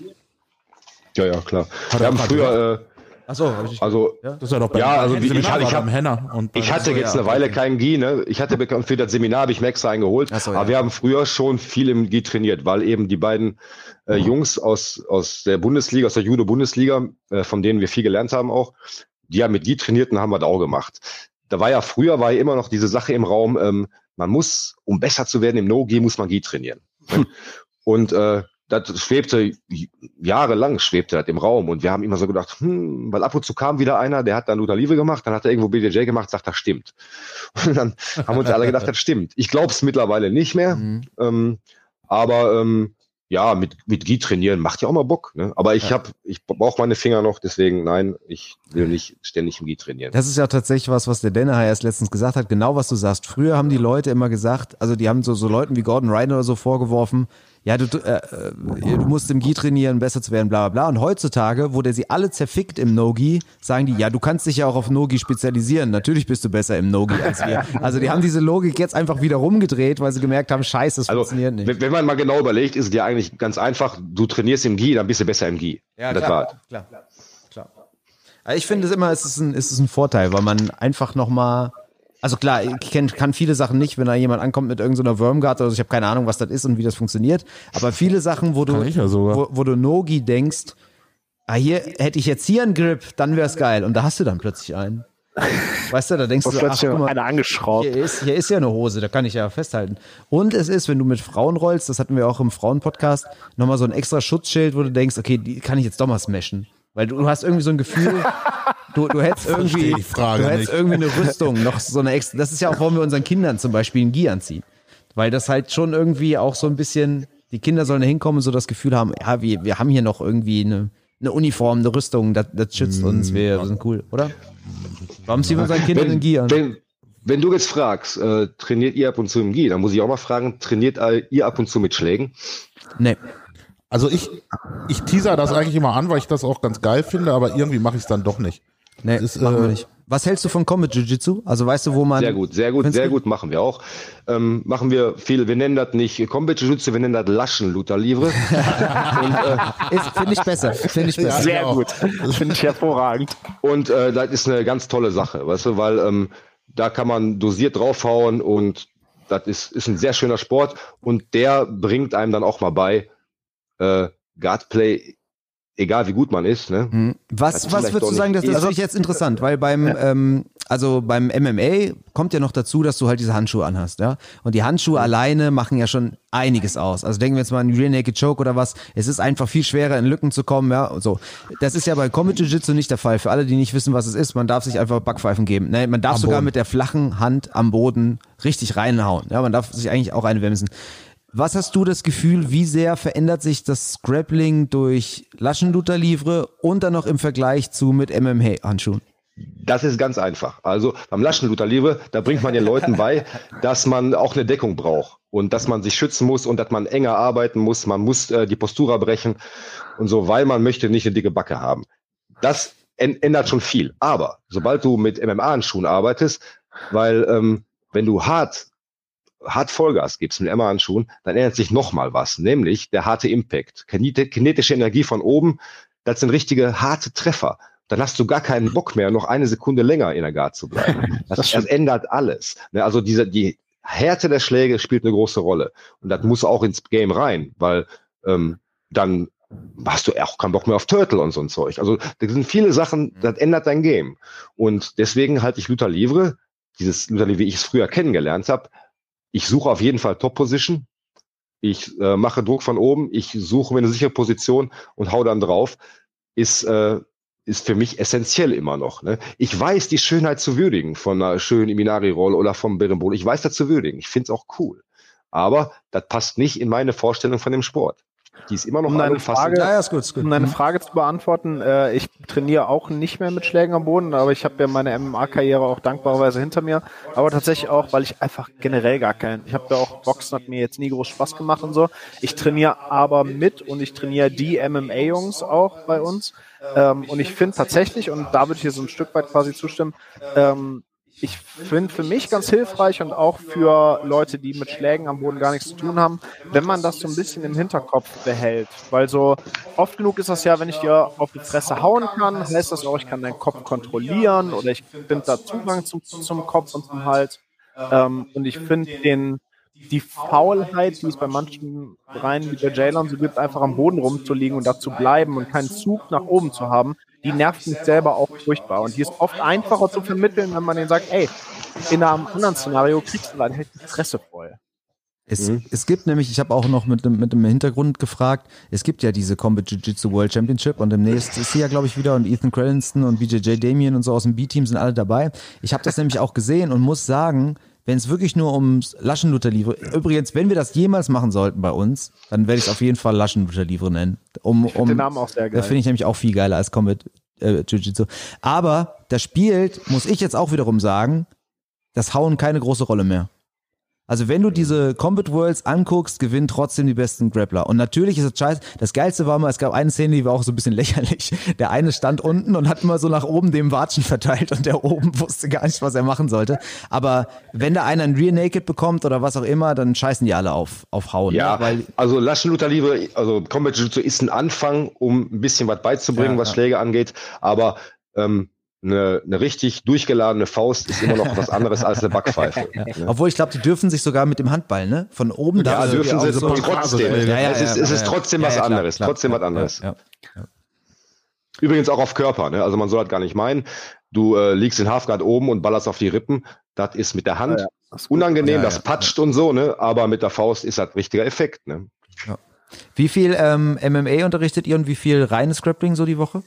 Ja, ja, klar. Hat Wir er haben gerade früher, äh, Achso, habe ich nicht. also Das ist ja doch bei Ja, also bei wie- ich Seminar hab- ich war hab- beim Henner und bei- ich hatte so, jetzt ja, eine Weile okay. keinen G I, ne? Ich hatte bekommen für das Seminar, habe ich mir extra einen geholt. Ach so, aber ja. wir haben früher schon viel im G I trainiert, weil eben die beiden äh, Jungs aus, aus der Bundesliga, aus der Judo-Bundesliga, äh, von denen wir viel gelernt haben auch, die haben mit G I trainiert und haben wir da auch gemacht. Da war ja früher, war ja immer noch diese Sache im Raum, ähm, man muss, um besser zu werden im No-G, muss man G I trainieren. Ne? Und äh, das schwebte, jahrelang schwebte das im Raum, und wir haben immer so gedacht, hm, weil ab und zu kam wieder einer, der hat dann Luta Livre gemacht, dann hat er irgendwo B D J gemacht, sagt, das stimmt. Und dann haben uns alle gedacht, das stimmt. Ich glaube es mittlerweile nicht mehr, Mhm. ähm, aber ähm, ja, mit, mit G I trainieren macht ja auch mal Bock, ne? Aber ich Ja. hab, ich brauche meine Finger noch, deswegen nein, ich will nicht ständig im G I trainieren. Das ist ja tatsächlich was, was der Denner erst letztens gesagt hat. Genau, was du sagst. Früher haben die Leute immer gesagt, also die haben so, so Leuten wie Gordon Ryan oder so vorgeworfen, ja, du, äh, äh, du musst im G I trainieren, besser zu werden, bla bla bla. Und heutzutage, wo der sie alle zerfickt im No-Gi, sagen die, ja, du kannst dich ja auch auf No-Gi spezialisieren. Natürlich bist du besser im No-Gi als wir. Also die haben diese Logik jetzt einfach wieder rumgedreht, weil sie gemerkt haben, scheiße, das Also, funktioniert nicht. wenn, wenn man mal genau überlegt, ist es ja eigentlich ganz einfach, du trainierst im G I, dann bist du besser im G I. Ja, das klar, war's. klar, klar. Also ich finde es immer, es ist ein, es ist ein Vorteil, weil man einfach nochmal, also klar, ich kenn, kann viele Sachen nicht, wenn da jemand ankommt mit irgendeiner Wormguard oder so, ich habe keine Ahnung, was das ist und wie das funktioniert, aber viele Sachen, wo du, Kann ich ja sogar. wo, wo du No-Gi denkst, ah, hier hätte ich jetzt hier einen Grip, dann wär's geil, und da hast du dann plötzlich einen. Weißt du, da denkst Und du, ach, plötzlich guck mal, einer angeschraubt. hier ist, hier ist ja eine Hose, da kann ich ja festhalten. Und es ist, wenn du mit Frauen rollst, das hatten wir auch im Frauenpodcast, nochmal so ein extra Schutzschild, wo du denkst, okay, die kann ich jetzt doch mal smashen. Weil du, du hast irgendwie so ein Gefühl, du, du hättest irgendwie, verstehe die Frage du hättest nicht. irgendwie eine Rüstung, noch so eine extra, das ist ja auch, warum wir unseren Kindern zum Beispiel einen Gi anziehen. Weil das halt schon irgendwie auch so ein bisschen, die Kinder sollen da hinkommen und so das Gefühl haben, ja, wir, wir haben hier noch irgendwie eine, eine Uniform, eine Rüstung, das, das schützt uns, wir, wir sind cool, oder? Warum ziehen wir unseren Kindern einen Gi an? wenn, wenn du jetzt fragst, äh, trainiert ihr ab und zu im G I, dann muss ich auch mal fragen, trainiert ihr ab und zu mit Schlägen? Nee. Also ich, ich teaser das eigentlich immer an, weil ich das auch ganz geil finde, aber irgendwie mache ich es dann doch nicht. Nee, Das ist, machen wir äh, nicht. Was hältst du von Combat Jiu-Jitsu? Also weißt du, wo man... Sehr gut, sehr gut, Findest sehr du? gut, machen wir auch. Ähm, machen wir viel, wir nennen das nicht Combat Jiu-Jitsu, wir nennen das Laschen Luta Livre. Und, äh, Ist, finde ich besser, finde ich besser. Sehr genau. gut. Das finde ich hervorragend. und äh, das ist eine ganz tolle Sache, weißt du, weil ähm, da kann man dosiert draufhauen, und das ist, ist ein sehr schöner Sport, und der bringt einem dann auch mal bei, äh, Guardplay, egal wie gut man ist, ne? Hm. Was, Das was vielleicht würdest du doch sagen, das nicht. ist Also- natürlich jetzt interessant, weil beim, ähm, also beim M M A kommt ja noch dazu, dass du halt diese Handschuhe anhast, ja. Und die Handschuhe alleine machen ja schon einiges aus. Also denken wir jetzt mal an Rear Naked Choke oder was. Es ist einfach viel schwerer, in Lücken zu kommen, ja. Und so. Das ist ja bei Combat Jiu-Jitsu nicht der Fall. Für alle, die nicht wissen, was es ist, man darf sich einfach Backpfeifen geben. Ne, man darf Am sogar Boden. mit der flachen Hand am Boden richtig reinhauen. Ja, man darf sich eigentlich auch einwemsen. Was hast du das Gefühl, wie sehr verändert sich das Grappling durch Laschen Luta Livre und dann noch im Vergleich zu mit M M A-Handschuhen? Das ist ganz einfach. Also beim Laschen Luta Livre, da bringt man den Leuten bei, dass man auch eine Deckung braucht und dass man sich schützen muss und dass man enger arbeiten muss. Man muss äh, die Postura brechen und so, weil man möchte nicht eine dicke Backe haben. Das en- ändert schon viel. Aber sobald du mit M M A-Handschuhen arbeitest, weil ähm, wenn du hart hart Vollgas gibst mit M M A-Handschuhen, dann ändert sich nochmal was, nämlich der harte Impact. Kinete- Kinetische Energie von oben, das sind richtige harte Treffer. Dann hast du gar keinen Bock mehr, noch eine Sekunde länger in der Guard zu bleiben. Das, das, das ändert alles. Ne, also diese, die Härte der Schläge spielt eine große Rolle. Und das muss auch ins Game rein, weil ähm, dann hast du auch keinen Bock mehr auf Turtle und so ein Zeug. Also das sind viele Sachen, das ändert dein Game. Und deswegen halte ich Luta Livre, dieses Luta Livre, wie ich es früher kennengelernt habe, ich suche auf jeden Fall Top-Position, ich äh, mache Druck von oben, ich suche mir eine sichere Position und hau dann drauf, ist, äh, ist für mich essentiell immer noch. Ne? Ich weiß, die Schönheit zu würdigen von einer schönen Iminari-Roll oder vom Berimbolo. Ich weiß das zu würdigen. Ich finde es auch cool. Aber das passt nicht in meine Vorstellung von dem Sport. Die ist immer noch um deine Frage, ja, ja, ist gut, ist gut. Um deine Frage zu beantworten, äh, ich trainiere auch nicht mehr mit Schlägen am Boden, aber ich habe ja meine M M A-Karriere auch dankbarerweise hinter mir. Aber tatsächlich auch, weil ich einfach generell gar keinen, ich habe ja auch, Boxen hat mir jetzt nie groß Spaß gemacht und so. Ich trainiere aber mit und ich trainiere die M M A-Jungs auch bei uns. Ähm, und ich finde tatsächlich, und da würde ich hier so ein Stück weit quasi zustimmen, ähm, ich finde für mich ganz hilfreich und auch für Leute, die mit Schlägen am Boden gar nichts zu tun haben, wenn man das so ein bisschen im Hinterkopf behält. Weil so oft genug ist das ja, wenn ich dir auf die Fresse hauen kann, heißt das auch, ich kann deinen Kopf kontrollieren oder ich finde da Zugang zum, zum Kopf und zum Hals. Ähm, und ich finde den die Faulheit, die es bei manchen Reihen wie der Jaylon so gibt, einfach am Boden rumzuliegen und da zu bleiben und keinen Zug nach oben zu haben, die nervt mich selber auch furchtbar. Und die ist oft einfacher zu vermitteln, wenn man denen sagt, ey, in einem anderen Szenario kriegst du leider halt die Fresse voll. Es, mhm. es gibt nämlich, ich habe auch noch mit dem, mit dem Hintergrund gefragt, es gibt ja diese Combat Jiu-Jitsu World Championship und demnächst ist sie ja, glaube ich, wieder und Ethan Credinston und B J J Damien und so aus dem B-Team sind alle dabei. Ich habe das nämlich auch gesehen und muss sagen, wenn es wirklich nur ums Laschen-Luta Livre, übrigens, wenn wir das jemals machen sollten bei uns, dann werde ich es auf jeden Fall Laschen-Luta Livre nennen. Um, ich finde um, den Namen auch sehr geil. Das finde ich nämlich auch viel geiler als Combat äh, Jiu-Jitsu. Aber das spielt, muss ich jetzt auch wiederum sagen, das Hauen keine große Rolle mehr. Also wenn du diese Combat Worlds anguckst, gewinnen trotzdem die besten Grappler. Und natürlich ist es scheiße. Das Geilste war mal, es gab eine Szene, die war auch so ein bisschen lächerlich. Der eine stand unten und hat immer so nach oben dem Watschen verteilt und der oben wusste gar nicht, was er machen sollte. Aber wenn da einer ein Rear Naked bekommt oder was auch immer, dann scheißen die alle auf, auf Hauen. Ja, ne? Weil also Laschen Luta Livre, also Combat Jiu-Jitsu ist ein Anfang, um ein bisschen was beizubringen, Ja, was ja. Schläge angeht. Aber ähm, Eine, eine richtig durchgeladene Faust ist immer noch was anderes als eine Backpfeife. Ja. Ne? Obwohl ich glaube, die dürfen sich sogar mit dem Handball, ne? Von oben Ja, da. dürfen sie so trotzdem. Ja, ja, es ist, ja, es ist ja, trotzdem ja, was ja, klar, anderes. klar, trotzdem ja, was anderes. Ja, ja. Übrigens auch auf Körper. Ne? Also man soll das gar nicht meinen. Du äh, liegst in Halfguard oben und ballerst auf die Rippen. Das ist mit der Hand Ja, ja. Das ist gut. unangenehm, Ja, das ja, patscht und so. Ne? Aber mit der Faust ist das ein richtiger Effekt. Ne? Ja. Wie viel ähm, M M A unterrichtet ihr und wie viel reines Grappling so die Woche?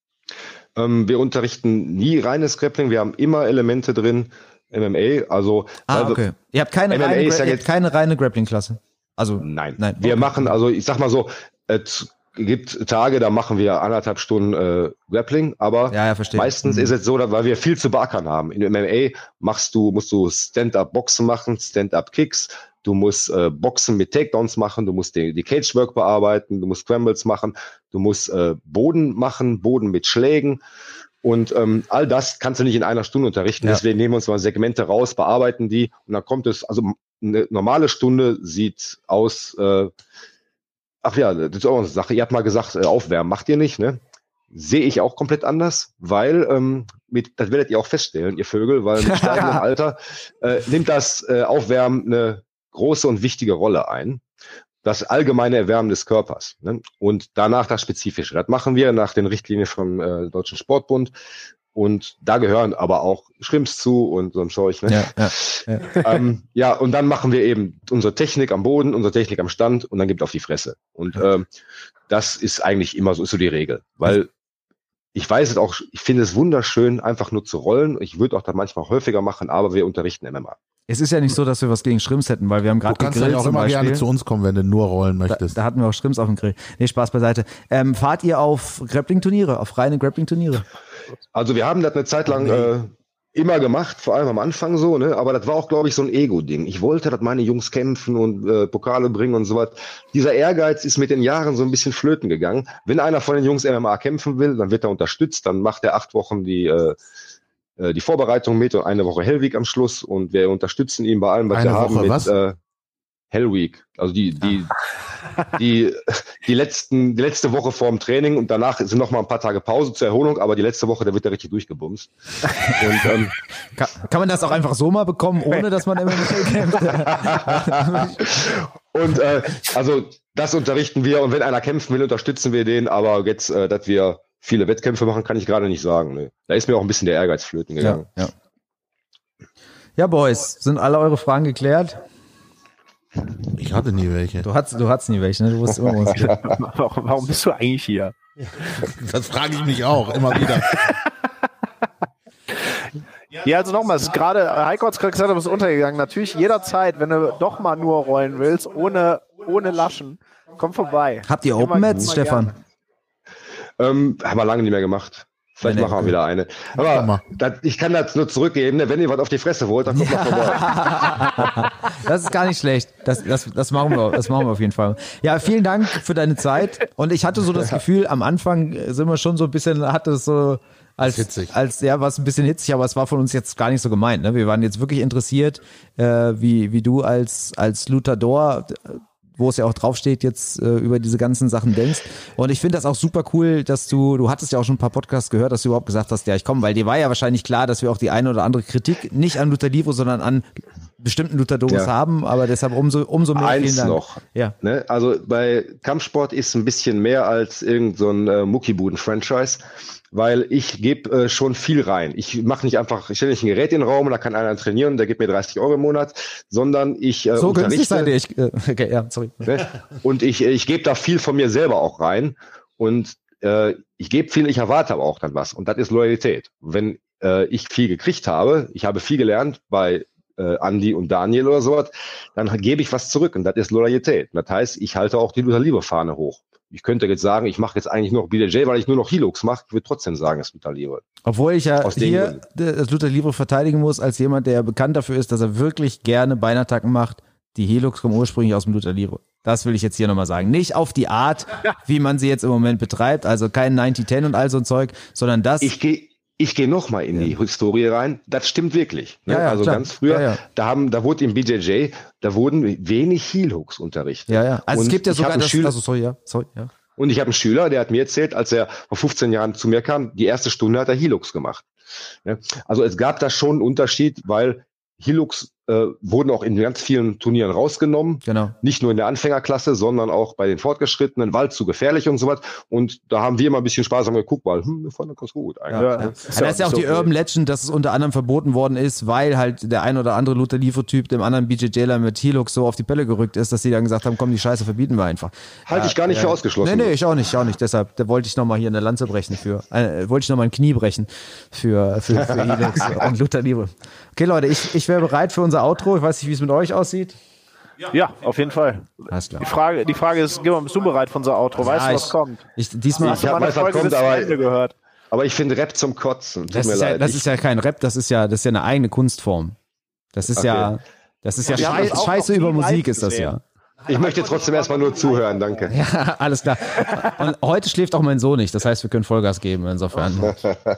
Ähm, wir unterrichten nie reines Grappling. Wir haben immer Elemente drin. M M A, also Ah, weil- okay. Ihr habt keine M M A reine, ist ja ihr habt jetzt- keine reine Grappling-Klasse. Also Nein. nein. Wir Okay. machen, also ich sag mal so, es gibt Tage, da machen wir anderthalb Stunden äh, Grappling, aber Ja, ja, verstehe. meistens Mhm. ist es so, dass, weil wir viel zu beackern haben. In M M A machst du, musst du Stand-up-Boxen machen, Stand-up-Kicks, du musst äh, Boxen mit Takedowns machen, du musst die, die Cage-Work bearbeiten, du musst Scrambles machen, du musst äh, Boden machen, Boden mit Schlägen. Und ähm, all das kannst du nicht in einer Stunde unterrichten. Ja. Deswegen nehmen wir uns mal Segmente raus, bearbeiten die und dann kommt es, also eine normale Stunde sieht aus, äh, ach ja, das ist auch eine Sache. Ihr habt mal gesagt, äh, aufwärmen macht ihr nicht, ne? Sehe ich auch komplett anders, weil, ähm, mit, das werdet ihr auch feststellen, ihr Vögel, weil mit steigendem Alter äh, nimmt das äh, Aufwärmen eine große und wichtige Rolle ein. Das allgemeine Erwärmen des Körpers. Ne? Und danach das Spezifische. Das machen wir nach den Richtlinien vom äh, Deutschen Sportbund. Und da gehören aber auch Schrimps zu und so ein Zeug. Ne? Ja, ja, ja. ähm, ja, und dann machen wir eben unsere Technik am Boden, unsere Technik am Stand und dann gibt auf die Fresse. Und ähm, das ist eigentlich immer so, ist so die Regel. Weil ich weiß es auch, ich finde es wunderschön, einfach nur zu rollen. Ich würde auch das manchmal häufiger machen, aber wir unterrichten M M A. Es ist ja nicht so, dass wir was gegen Schrimps hätten, weil wir haben Du gerade kannst gegrillt dann auch zum immer Beispiel. gerne zu uns kommen, wenn du nur rollen Da, möchtest. da hatten wir auch Schrimps auf dem Grill. Nee, Spaß beiseite. Ähm, fahrt ihr auf Grappling-Turniere, auf reine Grappling-Turniere? Also wir haben das eine Zeit lang äh, immer gemacht, vor allem am Anfang so, ne? Aber das war auch, glaube ich, so ein Ego-Ding. Ich wollte, dass meine Jungs kämpfen und äh, Pokale bringen und so was. Dieser Ehrgeiz ist mit den Jahren so ein bisschen flöten gegangen. Wenn einer von den Jungs M M A kämpfen will, dann wird er unterstützt, dann macht er acht Wochen die äh, äh, die Vorbereitung mit und eine Woche Hellweek am Schluss und wir unterstützen ihn bei allem, was Eine wir haben Woche mit was? äh, Hellweek. Also die die die die letzten die letzte Woche vorm Training und danach sind noch mal ein paar Tage Pause zur Erholung, aber die letzte Woche, da wird er richtig durchgebumst. Und ähm, Kann, kann man das auch einfach so mal bekommen, ohne dass man M M A kämpft? Und äh, also das unterrichten wir und wenn einer kämpfen will, unterstützen wir den, aber jetzt, äh, dass wir viele Wettkämpfe machen, kann ich gerade nicht sagen. Ne? Da ist mir auch ein bisschen der Ehrgeiz flöten gegangen. Ja, ja. ja, Boys, sind alle eure Fragen geklärt? Ich hatte nie welche. Du hattest, du hattest nie welche, ne? Du wusstest immer, was geht. Warum, warum bist du eigentlich hier? Das frage ich mich auch immer wieder. Ja, also nochmal, gerade Heiko hat es gerade gesagt, du bist untergegangen. Natürlich jederzeit, wenn du doch mal nur rollen willst, ohne, ohne Laschen, komm vorbei. Habt ihr Open Mats, Stefan? Ähm, haben wir lange nicht mehr gemacht. Vielleicht Nee, machen wir okay. wieder eine. Mach Aber doch mal. das, ich kann das nur zurückgeben. Ne? Wenn ihr was auf die Fresse wollt, dann kommt mal vorbei. Das ist gar nicht schlecht. Das, das, das, machen wir, das machen wir auf jeden Fall. Ja, vielen Dank für deine Zeit. Und ich hatte so das Gefühl, am Anfang sind wir schon so ein bisschen, hatte es so als, Hitzig. als ja, war es ein bisschen hitzig, aber es war von uns jetzt gar nicht so gemeint. Ne? Wir waren jetzt wirklich interessiert, äh, wie, wie du als, als Lutador, wo es ja auch draufsteht, jetzt äh, über diese ganzen Sachen denkst. Und ich finde das auch super cool, dass du, du hattest ja auch schon ein paar Podcasts gehört, dass du überhaupt gesagt hast, ja, ich komme, weil dir war ja wahrscheinlich klar, dass wir auch die eine oder andere Kritik nicht an Luther Livro, sondern an bestimmten Luthadores Ja. haben, aber deshalb umso, umso mehr Eins vielen Dank. noch. Ja. Ne? Also bei Kampfsport ist ein bisschen mehr als irgend so ein äh, Muckibuden-Franchise, weil ich gebe äh, schon viel rein. Ich mache nicht einfach, ich stelle nicht ein Gerät in den Raum und da kann einer trainieren, der gibt mir dreißig Euro im Monat, sondern ich äh, So günstig unterrichte. seid ihr. Ich, äh, okay, ja, sorry. Ne? Und ich, ich gebe da viel von mir selber auch rein und äh, ich gebe viel, ich erwarte aber auch dann was und das ist Loyalität. Wenn äh, ich viel gekriegt habe, ich habe viel gelernt bei äh, Andi und Daniel oder sowas, dann gebe ich was zurück und das ist Loyalität. Und das heißt, ich halte auch die Luther-Liebe-Fahne hoch. Ich könnte jetzt sagen, ich mache jetzt eigentlich nur noch B D J, weil ich nur noch Hilux mache. Ich würde trotzdem sagen, es ist Luther-Liebe. Obwohl ich ja Aus den hier Gründen. das Luther Livro verteidigen muss, als jemand, der bekannt dafür ist, dass er wirklich gerne Beinattacken macht. Die Helux kommen ursprünglich aus dem Luther Livro. Das will ich jetzt hier nochmal sagen. Nicht auf die Art, wie man sie jetzt im Moment betreibt, also kein neunzig zehn und all so ein Zeug, sondern das. Ich gehe ich geh noch mal in die Historie rein. Das stimmt wirklich. Ne? Ja, ja, also klar. ganz früher, Ja, ja. da haben, da wurde im B J J, da wurden wenig Heel-Hooks unterrichtet. ja, ja. Also Und es gibt ja ich sogar hab einen das, Schüler- also sorry, ja, sorry, ja. Und ich habe einen Schüler, der hat mir erzählt, als er vor fünfzehn Jahren zu mir kam, die erste Stunde hat er Hilux gemacht. Ja, also es gab da schon einen Unterschied, weil Hilux äh, wurden auch in ganz vielen Turnieren rausgenommen. Genau. Nicht nur in der Anfängerklasse, sondern auch bei den Fortgeschrittenen, weil zu gefährlich und so was. Und da haben wir immer ein bisschen sparsam geguckt, weil hm, wir fanden das ganz gut eigentlich. Ja, ja. das Ja, das ist ja auch die so Urban Legend, dass es unter anderem verboten worden ist, weil halt der ein oder andere Luther Livro-Typ dem anderen B J J-ler mit Hilux so auf die Pelle gerückt ist, dass sie dann gesagt haben, komm, die Scheiße verbieten wir einfach. Halte ich gar nicht für ausgeschlossen. Nee, nee, ich auch nicht, ich auch nicht. Deshalb, da wollte ich nochmal hier eine Lanze brechen für, äh, wollte ich nochmal ein Knie brechen für, für, für Hilux und Luther Livro. Okay, Leute, ich, ich wäre bereit für unser Outro. Ich weiß nicht, wie es mit euch aussieht. Ja, auf jeden Fall. Alles klar. Die Frage, die Frage ist, Gimmer, bist du bereit für unser Outro? Weißt Ja, du, was ich- kommt? Ich, diesmal, Ich hab- Mal eine weiß, was Folge kommt, bis zum aber- Ende gehört. Aber ich finde Rap zum Kotzen. Tut das, mir ist ja, leid. das Ich- ist ja kein Rap, das ist ja, das ist ja eine eigene Kunstform. Das ist Okay. ja, das ist ja, wir haben Schei das auch Scheiße noch nie über Musik live ist das gesehen. ja. ich möchte trotzdem erstmal nur zuhören, danke. Ja, alles klar. Und heute schläft auch mein Sohn nicht, das heißt, wir können Vollgas geben, insofern.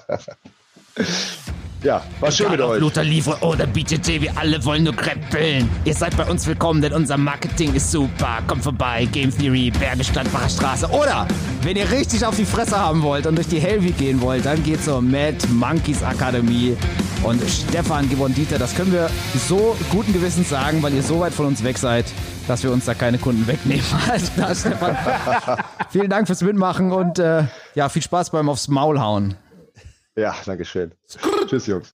Ja, war schön mit euch. Luther Livre oder B J J, wir alle wollen nur kreppeln. Ihr seid bei uns willkommen, denn unser Marketing ist super. Kommt vorbei, Game Theory, Berge, Stadtbacher Straße. Oder, wenn ihr richtig auf die Fresse haben wollt und durch die Hellweek gehen wollt, dann geht zur Mad Monkeys Akademie. Und Stefan, Gib und Dieter, das können wir so guten Gewissens sagen, weil ihr so weit von uns weg seid, dass wir uns da keine Kunden wegnehmen. Also, da, Stefan, vielen Dank fürs Mitmachen und äh, ja, viel Spaß beim aufs Maul hauen. Ja, danke schön. Tschüss, Jungs.